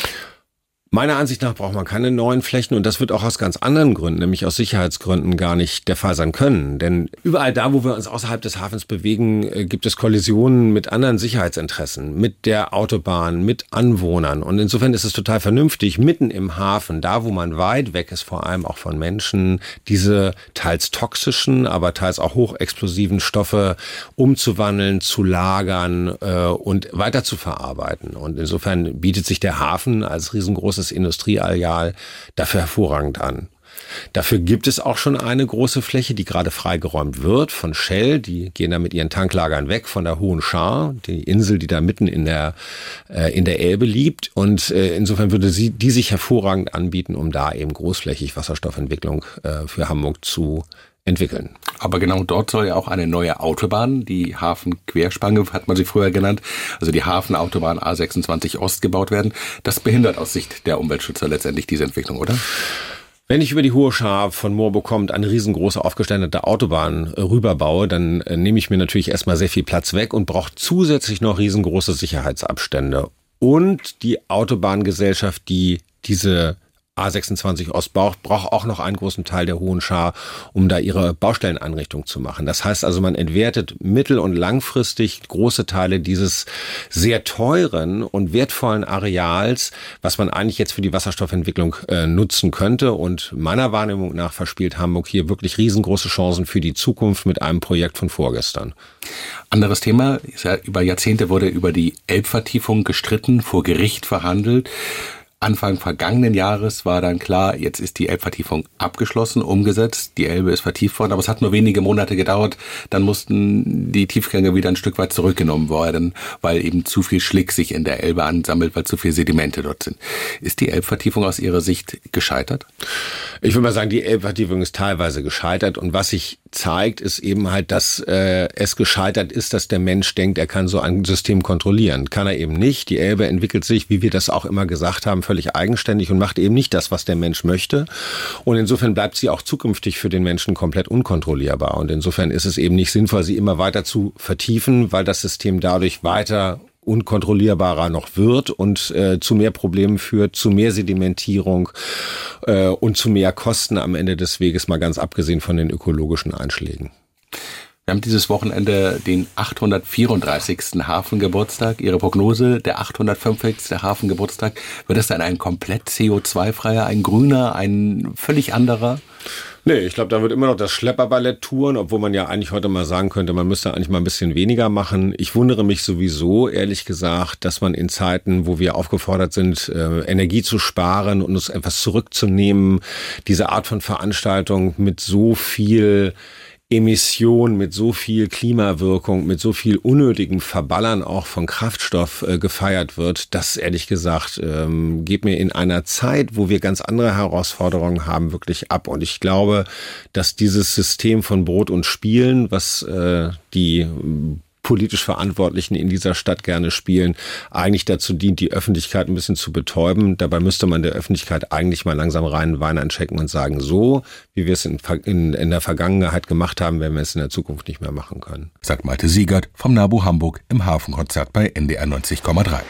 Meiner Ansicht nach braucht man keine neuen Flächen und das wird auch aus ganz anderen Gründen, nämlich aus Sicherheitsgründen, gar nicht der Fall sein können. Denn überall da, wo wir uns außerhalb des Hafens bewegen, gibt es Kollisionen mit anderen Sicherheitsinteressen, mit der Autobahn, mit Anwohnern. Und insofern ist es total vernünftig, mitten im Hafen, da wo man weit weg ist, vor allem auch von Menschen, diese teils toxischen, aber teils auch hochexplosiven Stoffe umzuwandeln, zu lagern äh, und weiter zu verarbeiten. Und insofern bietet sich der Hafen als riesengroßes Industrieareal dafür hervorragend an. Dafür gibt es auch schon eine große Fläche, die gerade freigeräumt wird von Shell. Die gehen da mit ihren Tanklagern weg von der Hohen Schar, die Insel, die da mitten in der äh, in der Elbe liegt. Und äh, insofern würde sie die sich hervorragend anbieten, um da eben großflächig Wasserstoffentwicklung äh, für Hamburg zu entwickeln. Aber genau dort soll ja auch eine neue Autobahn, die Hafenquerspange hat man sie früher genannt, also die Hafenautobahn A sechsundzwanzig Ost gebaut werden. Das behindert aus Sicht der Umweltschützer letztendlich diese Entwicklung, oder? Wenn ich über die Hohe Schar von Moorburg kommt eine riesengroße aufgeständete Autobahn rüberbaue, dann äh, nehme ich mir natürlich erstmal sehr viel Platz weg und brauche zusätzlich noch riesengroße Sicherheitsabstände. Und die Autobahngesellschaft, die diese A sechsundzwanzig Ost braucht, braucht auch noch einen großen Teil der Hohen Schar, um da ihre Baustelleneinrichtung zu machen. Das heißt also, man entwertet mittel- und langfristig große Teile dieses sehr teuren und wertvollen Areals, was man eigentlich jetzt für die Wasserstoffentwicklung äh, nutzen könnte. Und meiner Wahrnehmung nach verspielt Hamburg hier wirklich riesengroße Chancen für die Zukunft mit einem Projekt von vorgestern. Anderes Thema, über Jahrzehnte wurde über die Elbvertiefung gestritten, vor Gericht verhandelt. Anfang vergangenen Jahres war dann klar, jetzt ist die Elbvertiefung abgeschlossen, umgesetzt, die Elbe ist vertieft worden, aber es hat nur wenige Monate gedauert, dann mussten die Tiefgänge wieder ein Stück weit zurückgenommen werden, weil eben zu viel Schlick sich in der Elbe ansammelt, weil zu viele Sedimente dort sind. Ist die Elbvertiefung aus Ihrer Sicht gescheitert? Ich würde mal sagen, die Elbvertiefung ist teilweise gescheitert und was sich zeigt, ist eben halt, dass äh, es gescheitert ist, dass der Mensch denkt, er kann so ein System kontrollieren. Kann er eben nicht. Die Elbe entwickelt sich, wie wir das auch immer gesagt haben, völlig eigenständig und macht eben nicht das, was der Mensch möchte. Und insofern bleibt sie auch zukünftig für den Menschen komplett unkontrollierbar. Und insofern ist es eben nicht sinnvoll, sie immer weiter zu vertiefen, weil das System dadurch weiter unkontrollierbarer noch wird und äh, zu mehr Problemen führt, zu mehr Sedimentierung äh, und zu mehr Kosten am Ende des Weges, mal ganz abgesehen von den ökologischen Einschlägen. Wir haben dieses Wochenende den achthundertvierunddreißigsten Hafengeburtstag. Ihre Prognose, der achthundertfünfzigste Hafengeburtstag, wird es dann ein komplett C O zwei freier, ein grüner, ein völlig anderer? Nee, ich glaube, da wird immer noch das Schlepperballett touren, obwohl man ja eigentlich heute mal sagen könnte, man müsste eigentlich mal ein bisschen weniger machen. Ich wundere mich sowieso, ehrlich gesagt, dass man in Zeiten, wo wir aufgefordert sind, äh, Energie zu sparen und uns etwas zurückzunehmen, diese Art von Veranstaltung mit so viel Emission, mit so viel Klimawirkung, mit so viel unnötigem Verballern auch von Kraftstoff äh, gefeiert wird, das ehrlich gesagt ähm, geht mir in einer Zeit, wo wir ganz andere Herausforderungen haben, wirklich ab. Und ich glaube, dass dieses System von Brot und Spielen, was äh, die politisch Verantwortlichen in dieser Stadt gerne spielen, eigentlich dazu dient, die Öffentlichkeit ein bisschen zu betäuben. Dabei müsste man der Öffentlichkeit eigentlich mal langsam reinen Wein einchecken und sagen, so wie wir es in, in, in der Vergangenheit gemacht haben, werden wir es in der Zukunft nicht mehr machen können. Sagt Malte Siegert vom NABU Hamburg im Hafenkonzert bei N D R neunzig Komma drei.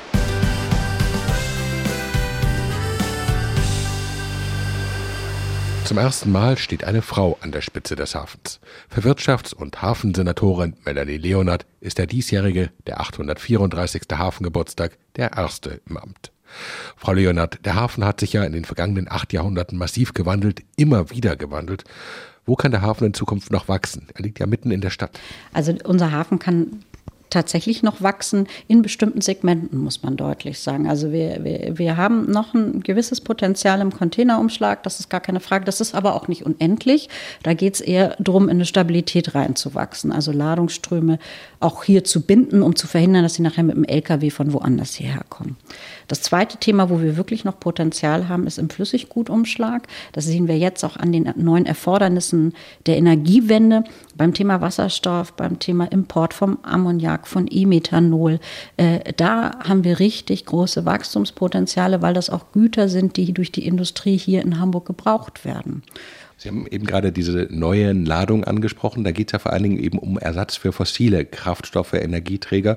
Zum ersten Mal steht eine Frau an der Spitze des Hafens. Für Wirtschafts- und Hafensenatorin Melanie Leonard ist der diesjährige, der achthundertvierunddreißigste Hafengeburtstag der erste im Amt. Frau Leonard, der Hafen hat sich ja in den vergangenen acht Jahrhunderten massiv gewandelt, immer wieder gewandelt. Wo kann der Hafen in Zukunft noch wachsen? Er liegt ja mitten in der Stadt. Also unser Hafen kann tatsächlich noch wachsen, in bestimmten Segmenten, muss man deutlich sagen. Also wir, wir, wir haben noch ein gewisses Potenzial im Containerumschlag, das ist gar keine Frage. Das ist aber auch nicht unendlich. Da geht es eher darum, in eine Stabilität reinzuwachsen, also Ladungsströme auch hier zu binden, um zu verhindern, dass sie nachher mit dem L K W von woanders hierher kommen. Das zweite Thema, wo wir wirklich noch Potenzial haben, ist im Flüssiggutumschlag. Das sehen wir jetzt auch an den neuen Erfordernissen der Energiewende, beim Thema Wasserstoff, beim Thema Import vom Ammoniak, von E-Methanol. Äh, da haben wir richtig große Wachstumspotenziale, weil das auch Güter sind, die durch die Industrie hier in Hamburg gebraucht werden. Sie haben eben gerade diese neuen Ladungen angesprochen. Da geht es ja vor allen Dingen eben um Ersatz für fossile Kraftstoffe, Energieträger.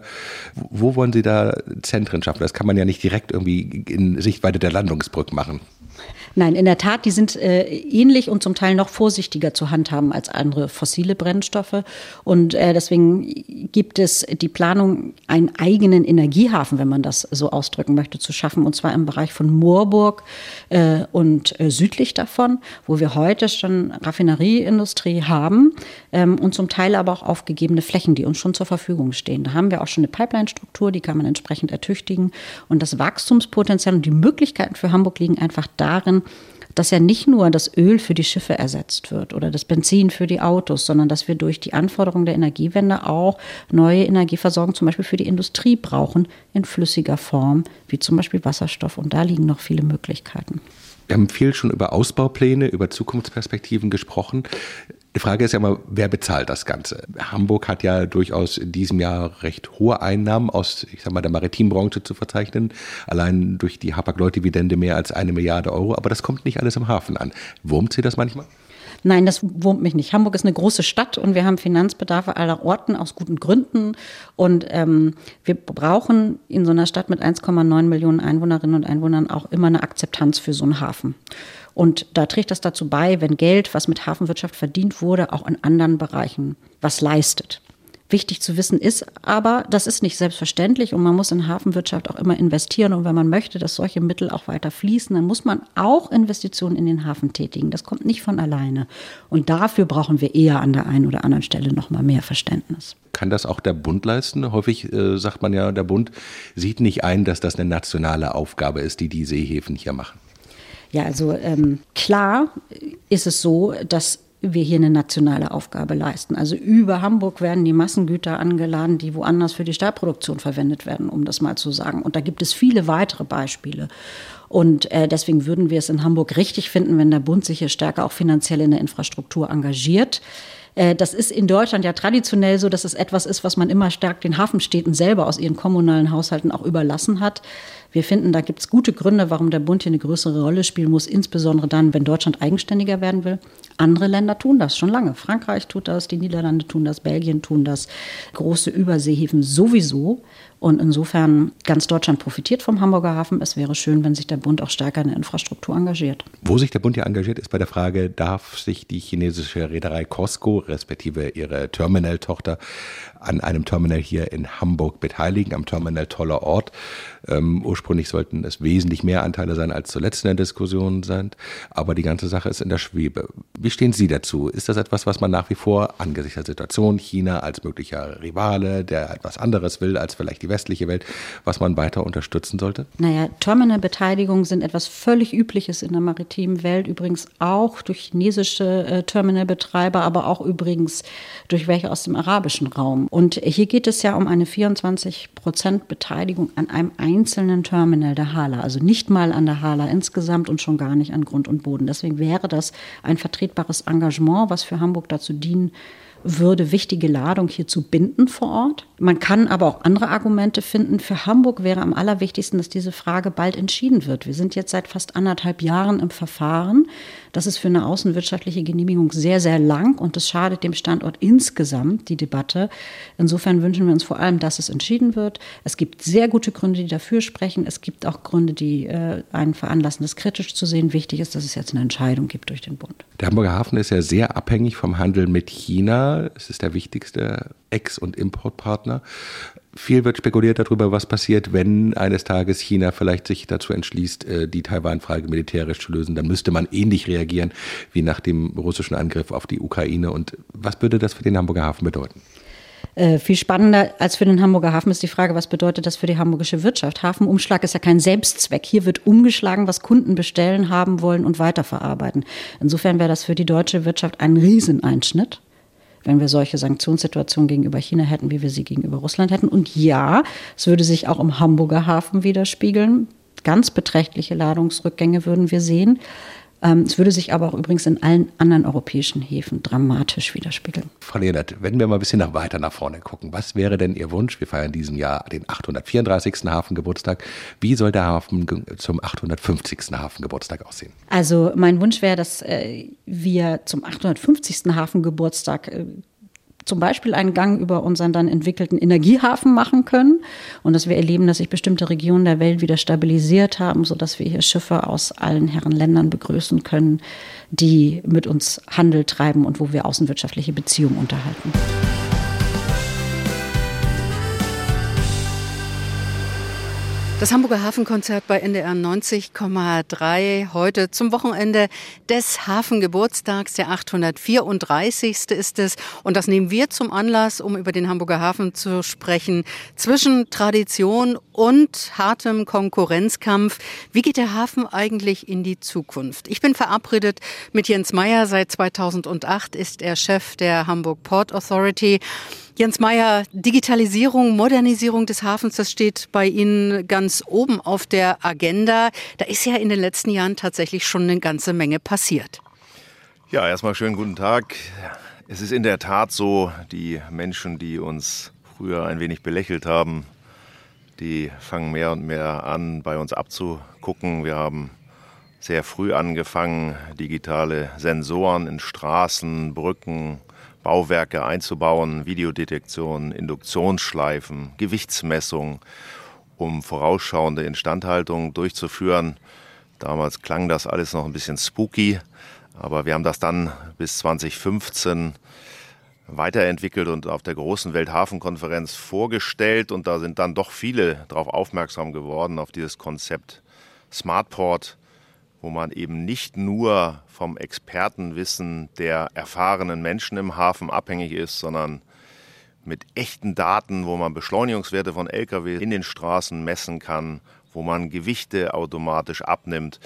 Wo wollen Sie da Zentren schaffen? Das kann man ja nicht direkt irgendwie in Sichtweite der Landungsbrücke machen. Nein, in der Tat, die sind äh, ähnlich und zum Teil noch vorsichtiger zu handhaben als andere fossile Brennstoffe. Und äh, deswegen gibt es die Planung, einen eigenen Energiehafen, wenn man das so ausdrücken möchte, zu schaffen. Und zwar im Bereich von Moorburg äh, und äh, südlich davon, wo wir heute schon Raffinerieindustrie haben ähm, und zum Teil aber auch aufgegebene Flächen, die uns schon zur Verfügung stehen. Da haben wir auch schon eine Pipeline-Struktur, die kann man entsprechend ertüchtigen. Und das Wachstumspotenzial und die Möglichkeiten für Hamburg liegen einfach darin, dass ja nicht nur das Öl für die Schiffe ersetzt wird oder das Benzin für die Autos, sondern dass wir durch die Anforderungen der Energiewende auch neue Energieversorgung zum Beispiel für die Industrie brauchen in flüssiger Form, wie zum Beispiel Wasserstoff. Und da liegen noch viele Möglichkeiten. Wir haben viel schon über Ausbaupläne, über Zukunftsperspektiven gesprochen. Die Frage ist ja mal, wer bezahlt das Ganze? Hamburg hat ja durchaus in diesem Jahr recht hohe Einnahmen aus, ich sag mal, der Maritimbranche zu verzeichnen. Allein durch die Hapag-Lloyd-Dividende mehr als eine Milliarde Euro. Aber das kommt nicht alles im Hafen an. Wurmt Sie das manchmal? Nein, das wurmt mich nicht. Hamburg ist eine große Stadt und wir haben Finanzbedarfe aller Orten aus guten Gründen. Und ähm, wir brauchen in so einer Stadt mit eins Komma neun Millionen Einwohnerinnen und Einwohnern auch immer eine Akzeptanz für so einen Hafen. Und da trägt das dazu bei, wenn Geld, was mit Hafenwirtschaft verdient wurde, auch in anderen Bereichen was leistet. Wichtig zu wissen ist aber, das ist nicht selbstverständlich und man muss in Hafenwirtschaft auch immer investieren. Und wenn man möchte, dass solche Mittel auch weiter fließen, dann muss man auch Investitionen in den Hafen tätigen. Das kommt nicht von alleine. Und dafür brauchen wir eher an der einen oder anderen Stelle noch mal mehr Verständnis. Kann das auch der Bund leisten? Häufig äh, sagt man ja, der Bund sieht nicht ein, dass das eine nationale Aufgabe ist, die die Seehäfen hier machen. Ja, also ähm, klar ist es so, dass wir hier eine nationale Aufgabe leisten. Also über Hamburg werden die Massengüter angeladen, die woanders für die Stahlproduktion verwendet werden, um das mal zu sagen. Und da gibt es viele weitere Beispiele. Und äh, deswegen würden wir es in Hamburg richtig finden, wenn der Bund sich hier stärker auch finanziell in der Infrastruktur engagiert. Äh, das ist in Deutschland ja traditionell so, dass es etwas ist, was man immer stark den Hafenstädten selber aus ihren kommunalen Haushalten auch überlassen hat. Wir finden, da gibt es gute Gründe, warum der Bund hier eine größere Rolle spielen muss, insbesondere dann, wenn Deutschland eigenständiger werden will. Andere Länder tun das schon lange. Frankreich tut das, die Niederlande tun das, Belgien tun das, große Überseehäfen sowieso. Und insofern ganz Deutschland profitiert vom Hamburger Hafen. Es wäre schön, wenn sich der Bund auch stärker in der Infrastruktur engagiert. Wo sich der Bund ja engagiert, ist bei der Frage, darf sich die chinesische Reederei COSCO, respektive ihre Terminal-Tochter, an einem Terminal hier in Hamburg beteiligen, am Terminal Toller Ort. Ähm, ursprünglich sollten es wesentlich mehr Anteile sein, als zuletzt in der Diskussion sind. Aber die ganze Sache ist in der Schwebe. Wie stehen Sie dazu? Ist das etwas, was man nach wie vor angesichts der Situation, China als möglicher Rivale, der etwas anderes will als vielleicht die westliche Welt, was man weiter unterstützen sollte? Naja, Terminalbeteiligungen sind etwas völlig Übliches in der maritimen Welt, übrigens auch durch chinesische äh, Terminalbetreiber, aber auch übrigens durch welche aus dem arabischen Raum. Und hier geht es ja um eine vierundzwanzig Prozent Beteiligung an einem einzelnen Terminal der Hala, also nicht mal an der Hala insgesamt und schon gar nicht an Grund und Boden. Deswegen wäre das ein vertretbares Engagement, was für Hamburg dazu dienen würde, wichtige Ladung hier zu binden vor Ort. Man kann aber auch andere Argumente finden. Für Hamburg wäre am allerwichtigsten, dass diese Frage bald entschieden wird. Wir sind jetzt seit fast anderthalb Jahren im Verfahren. Das ist für eine außenwirtschaftliche Genehmigung sehr, sehr lang und das schadet dem Standort insgesamt, die Debatte. Insofern wünschen wir uns vor allem, dass es entschieden wird. Es gibt sehr gute Gründe, die dafür sprechen. Es gibt auch Gründe, die äh, einen veranlassen, das kritisch zu sehen. Wichtig ist, dass es jetzt eine Entscheidung gibt durch den Bund. Der Hamburger Hafen ist ja sehr abhängig vom Handel mit China. Es ist der wichtigste Ex- und Importpartner. Viel wird spekuliert darüber, was passiert, wenn eines Tages China vielleicht sich dazu entschließt, die Taiwan-Frage militärisch zu lösen. Dann müsste man ähnlich reagieren wie nach dem russischen Angriff auf die Ukraine. Und was würde das für den Hamburger Hafen bedeuten? Äh, viel spannender als für den Hamburger Hafen ist die Frage, was bedeutet das für die hamburgische Wirtschaft? Hafenumschlag ist ja kein Selbstzweck. Hier wird umgeschlagen, was Kunden bestellen, haben wollen und weiterverarbeiten. Insofern wäre das für die deutsche Wirtschaft ein Rieseneinschnitt, wenn wir solche Sanktionssituationen gegenüber China hätten, wie wir sie gegenüber Russland hätten. Und ja, es würde sich auch im Hamburger Hafen widerspiegeln. Ganz beträchtliche Ladungsrückgänge würden wir sehen. Es würde sich aber auch übrigens in allen anderen europäischen Häfen dramatisch widerspiegeln. Frau Lehnert, wenn wir mal ein bisschen nach weiter nach vorne gucken, was wäre denn Ihr Wunsch? Wir feiern in diesem Jahr den achthundertvierunddreißigsten Hafengeburtstag. Wie soll der Hafen zum achthundertfünfzigsten Hafengeburtstag aussehen? Also mein Wunsch wäre, dass äh, wir zum achthundertfünfzigsten Hafengeburtstag äh, zum Beispiel einen Gang über unseren dann entwickelten Energiehafen machen können und dass wir erleben, dass sich bestimmte Regionen der Welt wieder stabilisiert haben, sodass wir hier Schiffe aus allen Herren Ländern begrüßen können, die mit uns Handel treiben und wo wir außenwirtschaftliche Beziehungen unterhalten. Das Hamburger Hafenkonzert bei N D R neunzig Komma drei heute zum Wochenende des Hafengeburtstags. Der achthundertvierunddreißigste ist es. Und das nehmen wir zum Anlass, um über den Hamburger Hafen zu sprechen. Zwischen Tradition und hartem Konkurrenzkampf. Wie geht der Hafen eigentlich in die Zukunft? Ich bin verabredet mit Jens Meyer. Seit zweitausendacht ist er Chef der Hamburg Port Authority. Jens Meyer, Digitalisierung, Modernisierung des Hafens, das steht bei Ihnen ganz oben auf der Agenda. Da ist ja in den letzten Jahren tatsächlich schon eine ganze Menge passiert. Ja, erstmal schönen guten Tag. Es ist in der Tat so, die Menschen, die uns früher ein wenig belächelt haben, die fangen mehr und mehr an, bei uns abzugucken. Wir haben sehr früh angefangen, digitale Sensoren in Straßen, Brücken, Bauwerke einzubauen, Videodetektion, Induktionsschleifen, Gewichtsmessung, um vorausschauende Instandhaltung durchzuführen. Damals klang das alles noch ein bisschen spooky, aber wir haben das dann bis zweitausendfünfzehn weiterentwickelt und auf der großen Welthafenkonferenz vorgestellt. Und da sind dann doch viele darauf aufmerksam geworden, auf dieses Konzept Smartport, wo man eben nicht nur vom Expertenwissen der erfahrenen Menschen im Hafen abhängig ist, sondern mit echten Daten, wo man Beschleunigungswerte von L K W in den Straßen messen kann, wo man Gewichte automatisch abnimmt.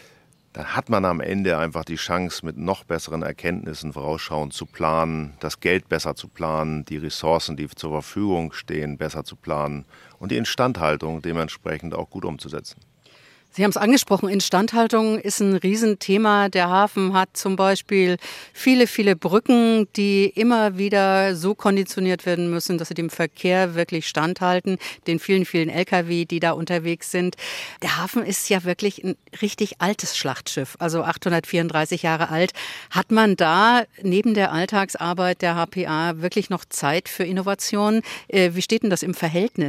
Dann hat man am Ende einfach die Chance, mit noch besseren Erkenntnissen vorausschauend zu planen, das Geld besser zu planen, die Ressourcen, die zur Verfügung stehen, besser zu planen und die Instandhaltung dementsprechend auch gut umzusetzen. Sie haben es angesprochen, Instandhaltung ist ein Riesenthema. Der Hafen hat zum Beispiel viele, viele Brücken, die immer wieder so konditioniert werden müssen, dass sie dem Verkehr wirklich standhalten, den vielen, vielen L K W, die da unterwegs sind. Der Hafen ist ja wirklich ein richtig altes Schlachtschiff, also achthundertvierunddreißig Jahre alt. Hat man da neben der Alltagsarbeit der H P A wirklich noch Zeit für Innovation? Wie steht denn das im Verhältnis?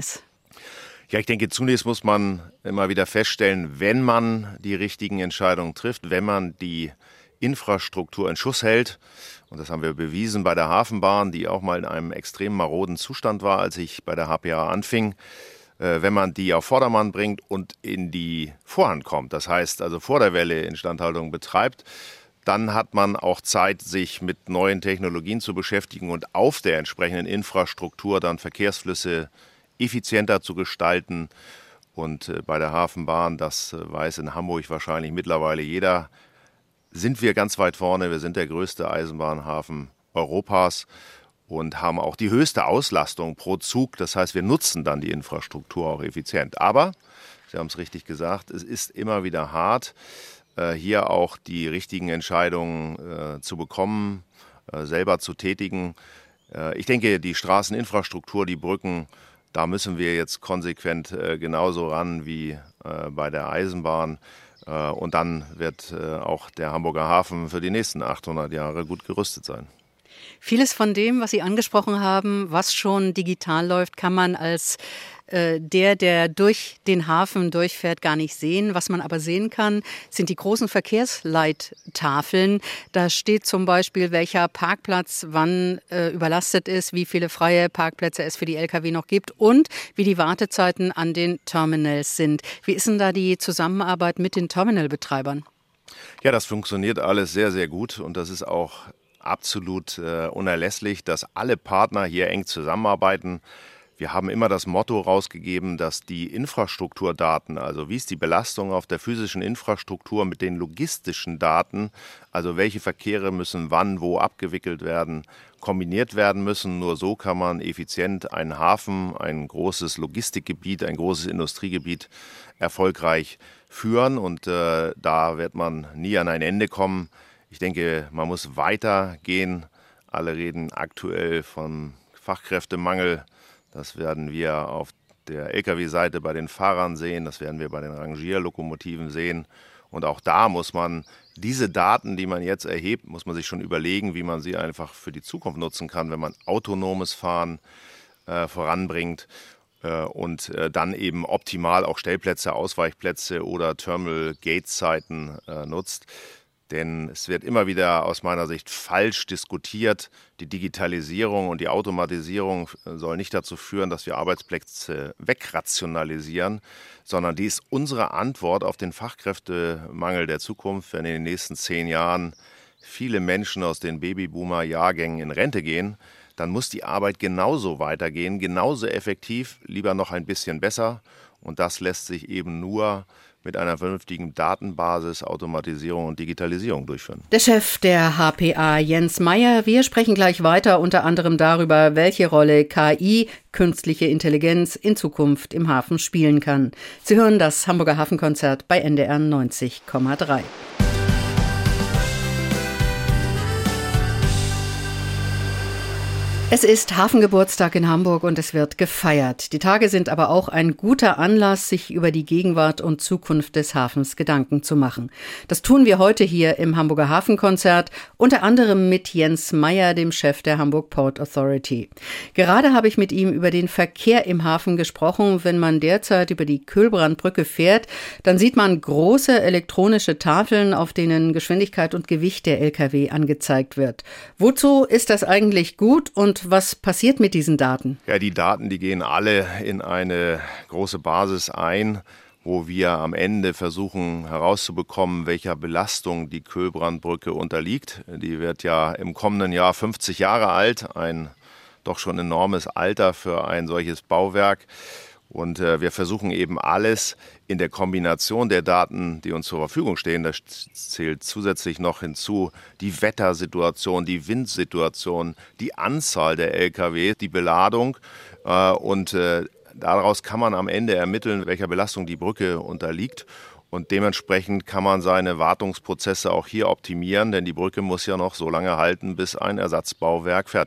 Ja, ich denke, zunächst muss man immer wieder feststellen, wenn man die richtigen Entscheidungen trifft, wenn man die Infrastruktur in Schuss hält, und das haben wir bewiesen bei der Hafenbahn, die auch mal in einem extrem maroden Zustand war, als ich bei der H P A anfing, äh, wenn man die auf Vordermann bringt und in die Vorhand kommt, das heißt also vor der Welle Instandhaltung betreibt, dann hat man auch Zeit, sich mit neuen Technologien zu beschäftigen und auf der entsprechenden Infrastruktur dann Verkehrsflüsse effizienter zu gestalten. Und äh, bei der Hafenbahn, das äh, weiß in Hamburg wahrscheinlich mittlerweile jeder, sind wir ganz weit vorne. Wir sind der größte Eisenbahnhafen Europas und haben auch die höchste Auslastung pro Zug. Das heißt, wir nutzen dann die Infrastruktur auch effizient. Aber, Sie haben es richtig gesagt, es ist immer wieder hart, äh, hier auch die richtigen Entscheidungen äh, zu bekommen, äh, selber zu tätigen. Äh, ich denke, die Straßeninfrastruktur, die Brücken, da müssen wir jetzt konsequent äh, genauso ran wie äh, bei der Eisenbahn. Äh, und dann wird äh, auch der Hamburger Hafen für die nächsten achthundert Jahre gut gerüstet sein. Vieles von dem, was Sie angesprochen haben, was schon digital läuft, kann man als äh, der, der durch den Hafen durchfährt, gar nicht sehen. Was man aber sehen kann, sind die großen Verkehrsleittafeln. Da steht zum Beispiel, welcher Parkplatz wann äh, überlastet ist, wie viele freie Parkplätze es für die L K W noch gibt und wie die Wartezeiten an den Terminals sind. Wie ist denn da die Zusammenarbeit mit den Terminalbetreibern? Ja, das funktioniert alles sehr, sehr gut und das ist auch absolut äh, unerlässlich, dass alle Partner hier eng zusammenarbeiten. Wir haben immer das Motto rausgegeben, dass die Infrastrukturdaten, also wie ist die Belastung auf der physischen Infrastruktur mit den logistischen Daten, also welche Verkehre müssen wann, wo abgewickelt werden, kombiniert werden müssen. Nur so kann man effizient einen Hafen, ein großes Logistikgebiet, ein großes Industriegebiet erfolgreich führen und äh, da wird man nie an ein Ende kommen. Ich denke, man muss weitergehen. Alle reden aktuell vom Fachkräftemangel. Das werden wir auf der L K W-Seite bei den Fahrern sehen. Das werden wir bei den Rangierlokomotiven sehen. Und auch da muss man diese Daten, die man jetzt erhebt, muss man sich schon überlegen, wie man sie einfach für die Zukunft nutzen kann, wenn man autonomes Fahren äh, voranbringt äh, und äh, dann eben optimal auch Stellplätze, Ausweichplätze oder Terminal-Gate-Zeiten äh, nutzt. Denn es wird immer wieder aus meiner Sicht falsch diskutiert. Die Digitalisierung und die Automatisierung soll nicht dazu führen, dass wir Arbeitsplätze wegrationalisieren, sondern die ist unsere Antwort auf den Fachkräftemangel der Zukunft, wenn in den nächsten zehn Jahren viele Menschen aus den Babyboomer-Jahrgängen in Rente gehen. Dann muss die Arbeit genauso weitergehen, genauso effektiv, lieber noch ein bisschen besser. Und das lässt sich eben nur mit einer vernünftigen Datenbasis, Automatisierung und Digitalisierung durchführen. Der Chef der H P A, Jens Meyer. Wir sprechen gleich weiter, unter anderem darüber, welche Rolle K I, künstliche Intelligenz, in Zukunft im Hafen spielen kann. Sie hören das Hamburger Hafenkonzert bei N D R neunzig Komma drei. Es ist Hafengeburtstag in Hamburg und es wird gefeiert. Die Tage sind aber auch ein guter Anlass, sich über die Gegenwart und Zukunft des Hafens Gedanken zu machen. Das tun wir heute hier im Hamburger Hafenkonzert, unter anderem mit Jens Meyer, dem Chef der Hamburg Port Authority. Gerade habe ich mit ihm über den Verkehr im Hafen gesprochen. Wenn man derzeit über die Kühlbrandbrücke fährt, dann sieht man große elektronische Tafeln, auf denen Geschwindigkeit und Gewicht der L K W angezeigt wird. Wozu ist das eigentlich gut und was passiert mit diesen Daten? Ja, die Daten, die gehen alle in eine große Basis ein, wo wir am Ende versuchen herauszubekommen, welcher Belastung die Kühlbrandbrücke unterliegt. Die wird ja im kommenden Jahr fünfzig Jahre alt, ein doch schon enormes Alter für ein solches Bauwerk. Und äh, wir versuchen eben alles in der Kombination der Daten, die uns zur Verfügung stehen, da zählt zusätzlich noch hinzu die Wettersituation, die Windsituation, die Anzahl der L K W, die Beladung äh, und äh, daraus kann man am Ende ermitteln, welcher Belastung die Brücke unterliegt. Und dementsprechend kann man seine Wartungsprozesse auch hier optimieren, denn die Brücke muss ja noch so lange halten, bis ein Ersatzbauwerk fertig ist.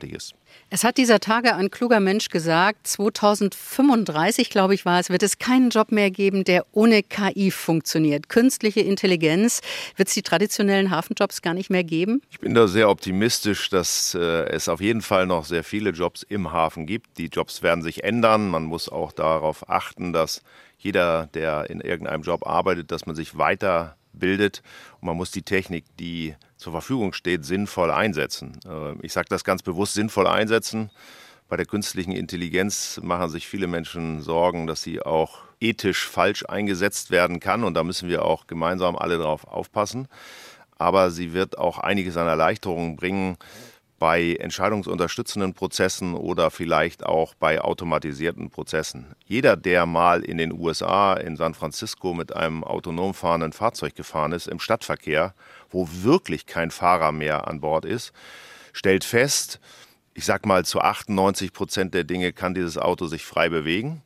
Es hat dieser Tage ein kluger Mensch gesagt, zweitausendfünfunddreißig, glaube ich, war es, wird es keinen Job mehr geben, der ohne K I funktioniert. Künstliche Intelligenz, wird es die traditionellen Hafenjobs gar nicht mehr geben? Ich bin da sehr optimistisch, dass äh, es auf jeden Fall noch sehr viele Jobs im Hafen gibt. Die Jobs werden sich ändern. Man muss auch darauf achten, dass jeder, der in irgendeinem Job arbeitet, dass man sich weiterbildet. Und man muss die Technik, die zur Verfügung steht, sinnvoll einsetzen. Ich sage das ganz bewusst, sinnvoll einsetzen. Bei der künstlichen Intelligenz machen sich viele Menschen Sorgen, dass sie auch ethisch falsch eingesetzt werden kann. Und da müssen wir auch gemeinsam alle drauf aufpassen. Aber sie wird auch einiges an Erleichterungen bringen bei entscheidungsunterstützenden Prozessen oder vielleicht auch bei automatisierten Prozessen. Jeder, der mal in den U S A, in San Francisco mit einem autonom fahrenden Fahrzeug gefahren ist, im Stadtverkehr, wo wirklich kein Fahrer mehr an Bord ist, stellt fest, ich sag mal, zu achtundneunzig Prozent der Dinge kann dieses Auto sich frei bewegen.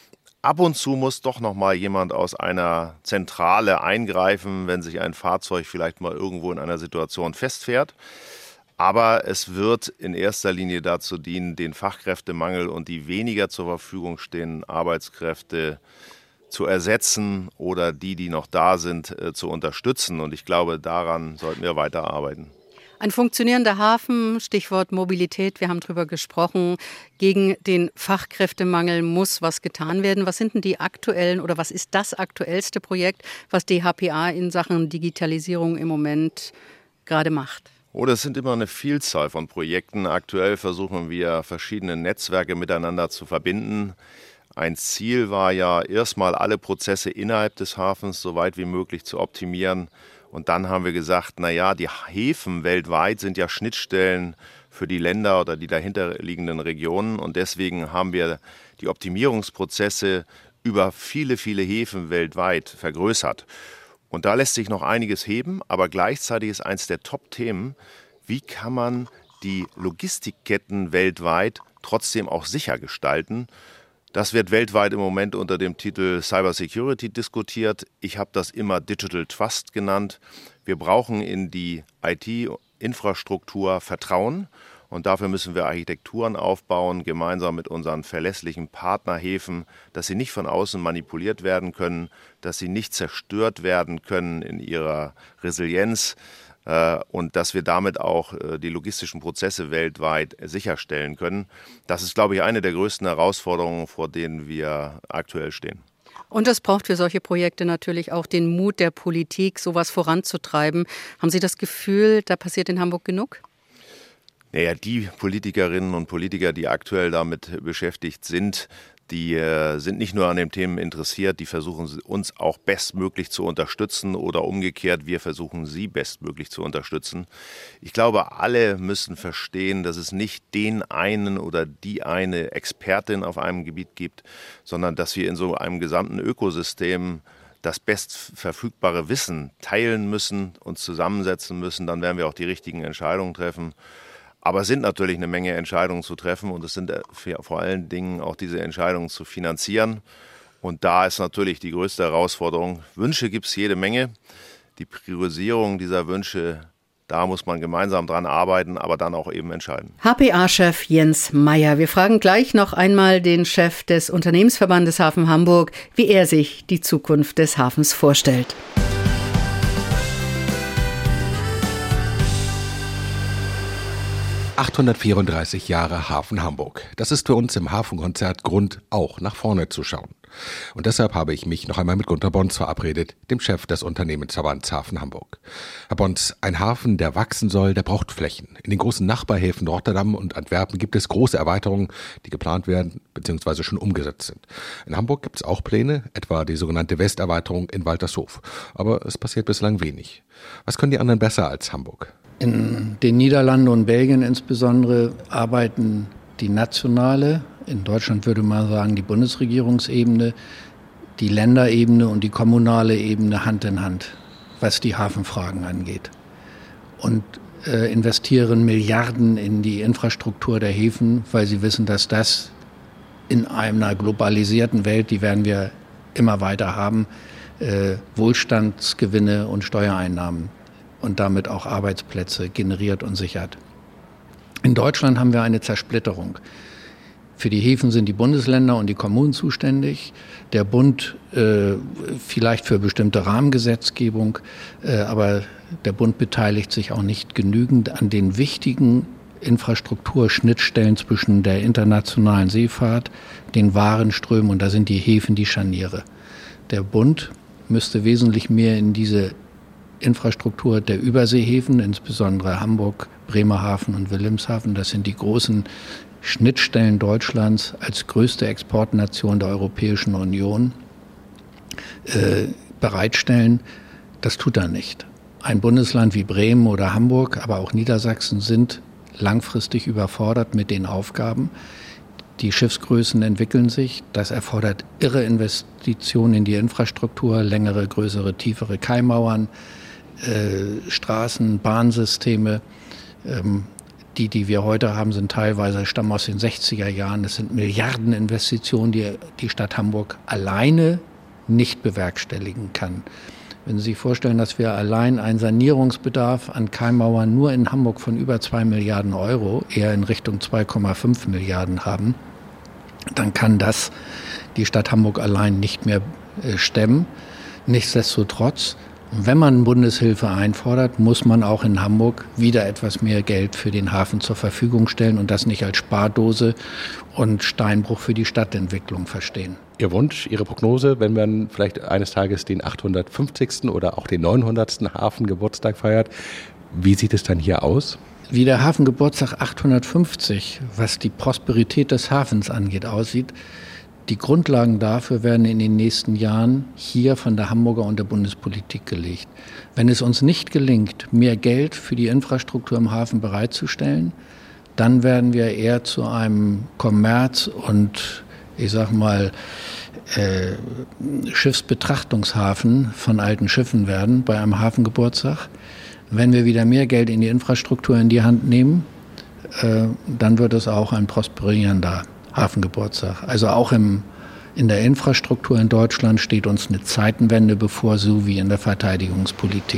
Ab und zu muss doch noch mal jemand aus einer Zentrale eingreifen, wenn sich ein Fahrzeug vielleicht mal irgendwo in einer Situation festfährt. Aber es wird in erster Linie dazu dienen, den Fachkräftemangel und die weniger zur Verfügung stehenden Arbeitskräfte zu ersetzen oder die, die noch da sind, zu unterstützen. Und ich glaube, daran sollten wir weiterarbeiten. Ein funktionierender Hafen, Stichwort Mobilität, wir haben darüber gesprochen. Gegen den Fachkräftemangel muss was getan werden. Was sind denn die aktuellen oder was ist das aktuellste Projekt, was die H P A in Sachen Digitalisierung im Moment gerade macht? Oh, das sind immer eine Vielzahl von Projekten. Aktuell versuchen wir, verschiedene Netzwerke miteinander zu verbinden. Ein Ziel war ja, erstmal alle Prozesse innerhalb des Hafens so weit wie möglich zu optimieren. Und dann haben wir gesagt, naja, die Häfen weltweit sind ja Schnittstellen für die Länder oder die dahinterliegenden Regionen. Und deswegen haben wir die Optimierungsprozesse über viele, viele Häfen weltweit vergrößert. Und da lässt sich noch einiges heben, aber gleichzeitig ist eines der Top-Themen, wie kann man die Logistikketten weltweit trotzdem auch sicher gestalten. Das wird weltweit im Moment unter dem Titel Cybersecurity diskutiert. Ich habe das immer Digital Trust genannt. Wir brauchen in die I T-Infrastruktur Vertrauen. Und dafür müssen wir Architekturen aufbauen, gemeinsam mit unseren verlässlichen Partnerhäfen, dass sie nicht von außen manipuliert werden können, dass sie nicht zerstört werden können in ihrer Resilienz äh, und dass wir damit auch äh, die logistischen Prozesse weltweit sicherstellen können. Das ist, glaube ich, eine der größten Herausforderungen, vor denen wir aktuell stehen. Und es braucht für solche Projekte natürlich auch den Mut der Politik, sowas voranzutreiben. Haben Sie das Gefühl, da passiert in Hamburg genug? Naja, die Politikerinnen und Politiker, die aktuell damit beschäftigt sind, die äh, sind nicht nur an den Themen interessiert, die versuchen uns auch bestmöglich zu unterstützen oder umgekehrt, wir versuchen sie bestmöglich zu unterstützen. Ich glaube, alle müssen verstehen, dass es nicht den einen oder die eine Expertin auf einem Gebiet gibt, sondern dass wir in so einem gesamten Ökosystem das bestverfügbare Wissen teilen müssen, uns zusammensetzen müssen, dann werden wir auch die richtigen Entscheidungen treffen. Aber es sind natürlich eine Menge Entscheidungen zu treffen und es sind vor allen Dingen auch diese Entscheidungen zu finanzieren. Und da ist natürlich die größte Herausforderung. Wünsche gibt es jede Menge. Die Priorisierung dieser Wünsche, da muss man gemeinsam dran arbeiten, aber dann auch eben entscheiden. H P A-Chef Jens Meyer. Wir fragen gleich noch einmal den Chef des Unternehmensverbandes Hafen Hamburg, wie er sich die Zukunft des Hafens vorstellt. achthundertvierunddreißig Jahre Hafen Hamburg. Das ist für uns im Hafenkonzert Grund, auch nach vorne zu schauen. Und deshalb habe ich mich noch einmal mit Gunter Bons verabredet, dem Chef des Unternehmensverbands Hafen Hamburg. Herr Bons, ein Hafen, der wachsen soll, der braucht Flächen. In den großen Nachbarhäfen Rotterdam und Antwerpen gibt es große Erweiterungen, die geplant werden bzw. schon umgesetzt sind. In Hamburg gibt es auch Pläne, etwa die sogenannte Westerweiterung in Waltershof. Aber es passiert bislang wenig. Was können die anderen besser als Hamburg? In den Niederlanden und Belgien insbesondere arbeiten die nationale, in Deutschland würde man sagen die Bundesregierungsebene, die Länderebene und die kommunale Ebene Hand in Hand, was die Hafenfragen angeht. Und äh, investieren Milliarden in die Infrastruktur der Häfen, weil sie wissen, dass das in einer globalisierten Welt, die werden wir immer weiter haben, äh, Wohlstandsgewinne und Steuereinnahmen und damit auch Arbeitsplätze generiert und sichert. In Deutschland haben wir eine Zersplitterung. Für die Häfen sind die Bundesländer und die Kommunen zuständig. Der Bund äh, vielleicht für bestimmte Rahmengesetzgebung, äh, aber der Bund beteiligt sich auch nicht genügend an den wichtigen Infrastrukturschnittstellen zwischen der internationalen Seefahrt, den Warenströmen, und da sind die Häfen die Scharniere. Der Bund müsste wesentlich mehr in diese Infrastruktur der Überseehäfen, insbesondere Hamburg, Bremerhaven und Wilhelmshaven, das sind die großen Schnittstellen Deutschlands als größte Exportnation der Europäischen Union, äh, bereitstellen. Das tut er nicht. Ein Bundesland wie Bremen oder Hamburg, aber auch Niedersachsen sind langfristig überfordert mit den Aufgaben. Die Schiffsgrößen entwickeln sich. Das erfordert irre Investitionen in die Infrastruktur, längere, größere, tiefere Kaimauern, äh, Straßen, Bahnsysteme. Ähm, Die, die wir heute haben, sind teilweise, stammen aus den sechziger Jahren. Das sind Milliardeninvestitionen, die die Stadt Hamburg alleine nicht bewerkstelligen kann. Wenn Sie sich vorstellen, dass wir allein einen Sanierungsbedarf an Kaimauern nur in Hamburg von über zwei Milliarden Euro, eher in Richtung zwei Komma fünf Milliarden haben, dann kann das die Stadt Hamburg allein nicht mehr äh, stemmen. Nichtsdestotrotz, wenn man Bundeshilfe einfordert, muss man auch in Hamburg wieder etwas mehr Geld für den Hafen zur Verfügung stellen und das nicht als Spardose und Steinbruch für die Stadtentwicklung verstehen. Ihr Wunsch, Ihre Prognose, wenn man vielleicht eines Tages den achthundertfünfzigsten oder auch den neunhundertsten Hafengeburtstag feiert, wie sieht es dann hier aus? Wie der Hafengeburtstag achthundertfünfzig, was die Prosperität des Hafens angeht, aussieht, die Grundlagen dafür werden in den nächsten Jahren hier von der Hamburger und der Bundespolitik gelegt. Wenn es uns nicht gelingt, mehr Geld für die Infrastruktur im Hafen bereitzustellen, dann werden wir eher zu einem Kommerz- und, ich sag mal, äh, Schiffsbetrachtungshafen von alten Schiffen werden bei einem Hafengeburtstag. Wenn wir wieder mehr Geld in die Infrastruktur in die Hand nehmen, äh, dann wird es auch ein prosperierender Hafengeburtstag. Also auch im, in der Infrastruktur in Deutschland steht uns eine Zeitenwende bevor, so wie in der Verteidigungspolitik.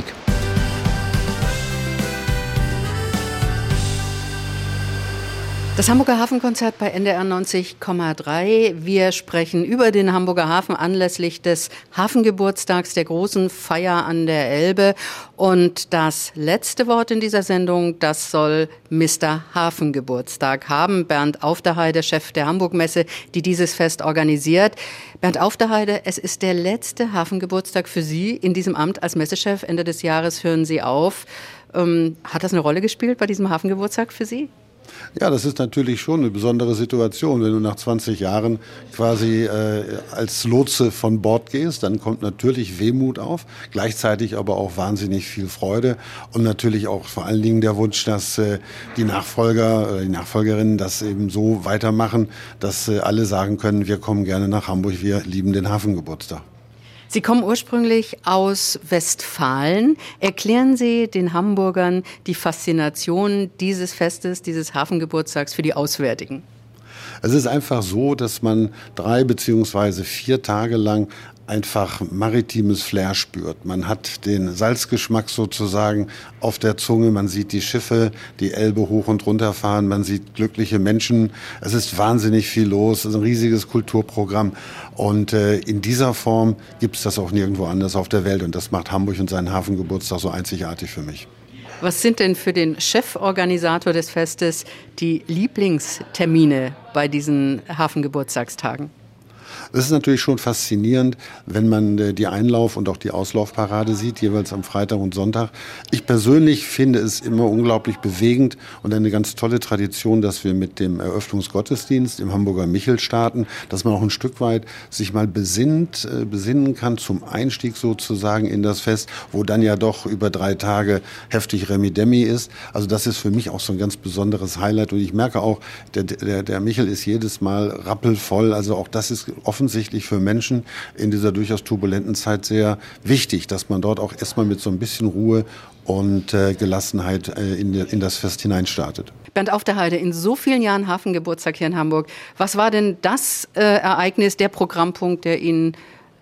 Das Hamburger Hafenkonzert bei N D R neunzig Komma drei. Wir sprechen über den Hamburger Hafen anlässlich des Hafengeburtstags, der großen Feier an der Elbe. Und das letzte Wort in dieser Sendung, das soll Mister Hafengeburtstag haben. Bernd Aufderheide, Chef der Hamburg-Messe, die dieses Fest organisiert. Bernd Aufderheide, es ist der letzte Hafengeburtstag für Sie in diesem Amt als Messechef. Ende des Jahres hören Sie auf. Ähm, hat das eine Rolle gespielt bei diesem Hafengeburtstag für Sie? Ja, das ist natürlich schon eine besondere Situation. Wenn du nach zwanzig Jahren quasi äh, als Lotse von Bord gehst, dann kommt natürlich Wehmut auf, gleichzeitig aber auch wahnsinnig viel Freude und natürlich auch vor allen Dingen der Wunsch, dass äh, die Nachfolger oder die Nachfolgerinnen das eben so weitermachen, dass äh, alle sagen können, wir kommen gerne nach Hamburg, wir lieben den Hafengeburtstag. Sie kommen ursprünglich aus Westfalen. Erklären Sie den Hamburgern die Faszination dieses Festes, dieses Hafengeburtstags für die Auswärtigen. Es ist einfach so, dass man drei beziehungsweise vier Tage lang einfach maritimes Flair spürt. Man hat den Salzgeschmack sozusagen auf der Zunge, man sieht die Schiffe, die Elbe hoch und runter fahren, man sieht glückliche Menschen. Es ist wahnsinnig viel los, es ist ein riesiges Kulturprogramm und äh, in dieser Form gibt es das auch nirgendwo anders auf der Welt und das macht Hamburg und seinen Hafengeburtstag so einzigartig für mich. Was sind denn für den Cheforganisator des Festes die Lieblingstermine bei diesen Hafengeburtstagstagen? Es ist natürlich schon faszinierend, wenn man die Einlauf- und auch die Auslaufparade sieht, jeweils am Freitag und Sonntag. Ich persönlich finde es immer unglaublich bewegend und eine ganz tolle Tradition, dass wir mit dem Eröffnungsgottesdienst im Hamburger Michel starten, dass man auch ein Stück weit sich mal besinnt, äh, besinnen kann zum Einstieg sozusagen in das Fest, wo dann ja doch über drei Tage heftig Remi-Demi ist. Also das ist für mich auch so ein ganz besonderes Highlight und ich merke auch, der, der, der Michel ist jedes Mal rappelvoll, also auch das ist offensichtlich für Menschen in dieser durchaus turbulenten Zeit sehr wichtig, dass man dort auch erstmal mit so ein bisschen Ruhe und äh, Gelassenheit äh, in, in das Fest hineinstartet. Bernd Aufderheide, in so vielen Jahren Hafengeburtstag hier in Hamburg, was war denn das äh, Ereignis, der Programmpunkt, der Ihnen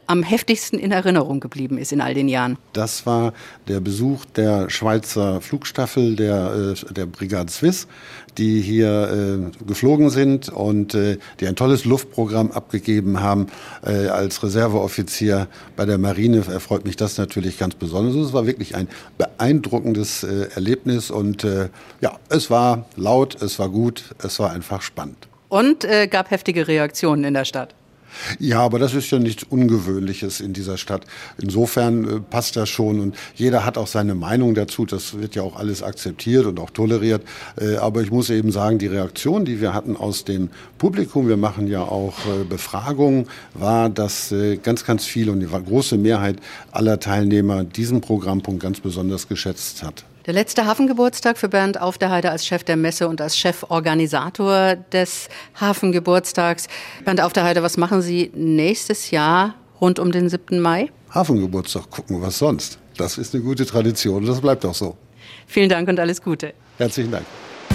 am heftigsten in Erinnerung geblieben ist in all den Jahren? Das war der Besuch der Schweizer Flugstaffel der, äh, der Brigade Suisse, die hier äh, geflogen sind und äh, die ein tolles Luftprogramm abgegeben haben. Äh, als Reserveoffizier bei der Marine erfreut mich das natürlich ganz besonders. Es war wirklich ein beeindruckendes äh, Erlebnis und äh, ja, es war laut, es war gut, es war einfach spannend. Und äh, gab heftige Reaktionen in der Stadt. Ja, aber das ist ja nichts Ungewöhnliches in dieser Stadt. Insofern äh, passt das schon und jeder hat auch seine Meinung dazu. Das wird ja auch alles akzeptiert und auch toleriert. Äh, aber ich muss eben sagen, die Reaktion, die wir hatten aus dem Publikum, wir machen ja auch äh, Befragungen, war, dass äh, ganz, ganz viel und die große Mehrheit aller Teilnehmer diesen Programmpunkt ganz besonders geschätzt hat. Der letzte Hafengeburtstag für Bernd Auf der Heide als Chef der Messe und als Cheforganisator des Hafengeburtstags. Bernd Auf der Heide, was machen Sie nächstes Jahr rund um den siebten Mai? Hafengeburtstag, gucken, was sonst. Das ist eine gute Tradition und das bleibt auch so. Vielen Dank und alles Gute. Herzlichen Dank.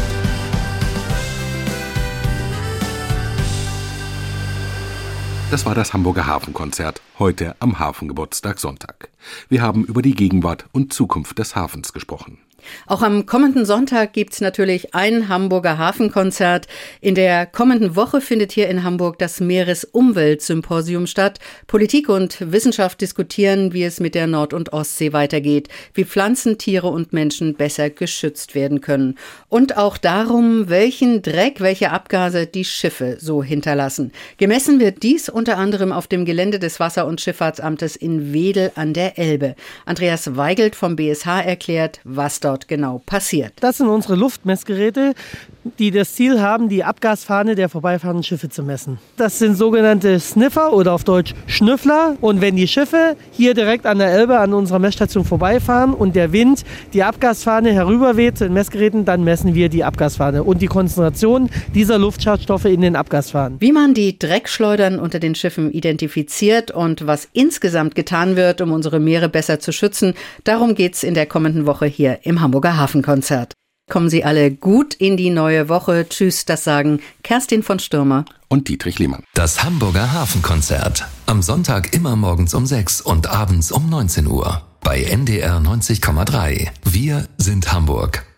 Das war das Hamburger Hafenkonzert, heute am Hafengeburtstag Sonntag. Wir haben über die Gegenwart und Zukunft des Hafens gesprochen. Auch am kommenden Sonntag gibt's natürlich ein Hamburger Hafenkonzert. In der kommenden Woche findet hier in Hamburg das Meeresumweltsymposium statt. Politik und Wissenschaft diskutieren, wie es mit der Nord- und Ostsee weitergeht, wie Pflanzen, Tiere und Menschen besser geschützt werden können. Und auch darum, welchen Dreck, welche Abgase die Schiffe so hinterlassen. Gemessen wird dies unter anderem auf dem Gelände des Wasser- und Schifffahrtsamtes in Wedel an der Elbe. Andreas Weigelt vom B S H erklärt, was dort genau passiert. Das sind unsere Luftmessgeräte, die das Ziel haben, die Abgasfahne der vorbeifahrenden Schiffe zu messen. Das sind sogenannte Sniffer oder auf Deutsch Schnüffler. Und wenn die Schiffe hier direkt an der Elbe an unserer Messstation vorbeifahren und der Wind die Abgasfahne herüberweht zu den Messgeräten, dann messen wir die Abgasfahne und die Konzentration dieser Luftschadstoffe in den Abgasfahnen. Wie man die Dreckschleudern unter den Schiffen identifiziert und was insgesamt getan wird, um unsere Meere besser zu schützen, darum geht's in der kommenden Woche hier im Hamburger Hafenkonzert. Kommen Sie alle gut in die neue Woche. Tschüss, das sagen Kerstin von Stürmer und Dietrich Lehmann. Das Hamburger Hafenkonzert. Am Sonntag immer morgens um sechs und abends um neunzehn Uhr. Bei N D R neunzig Komma drei. Wir sind Hamburg.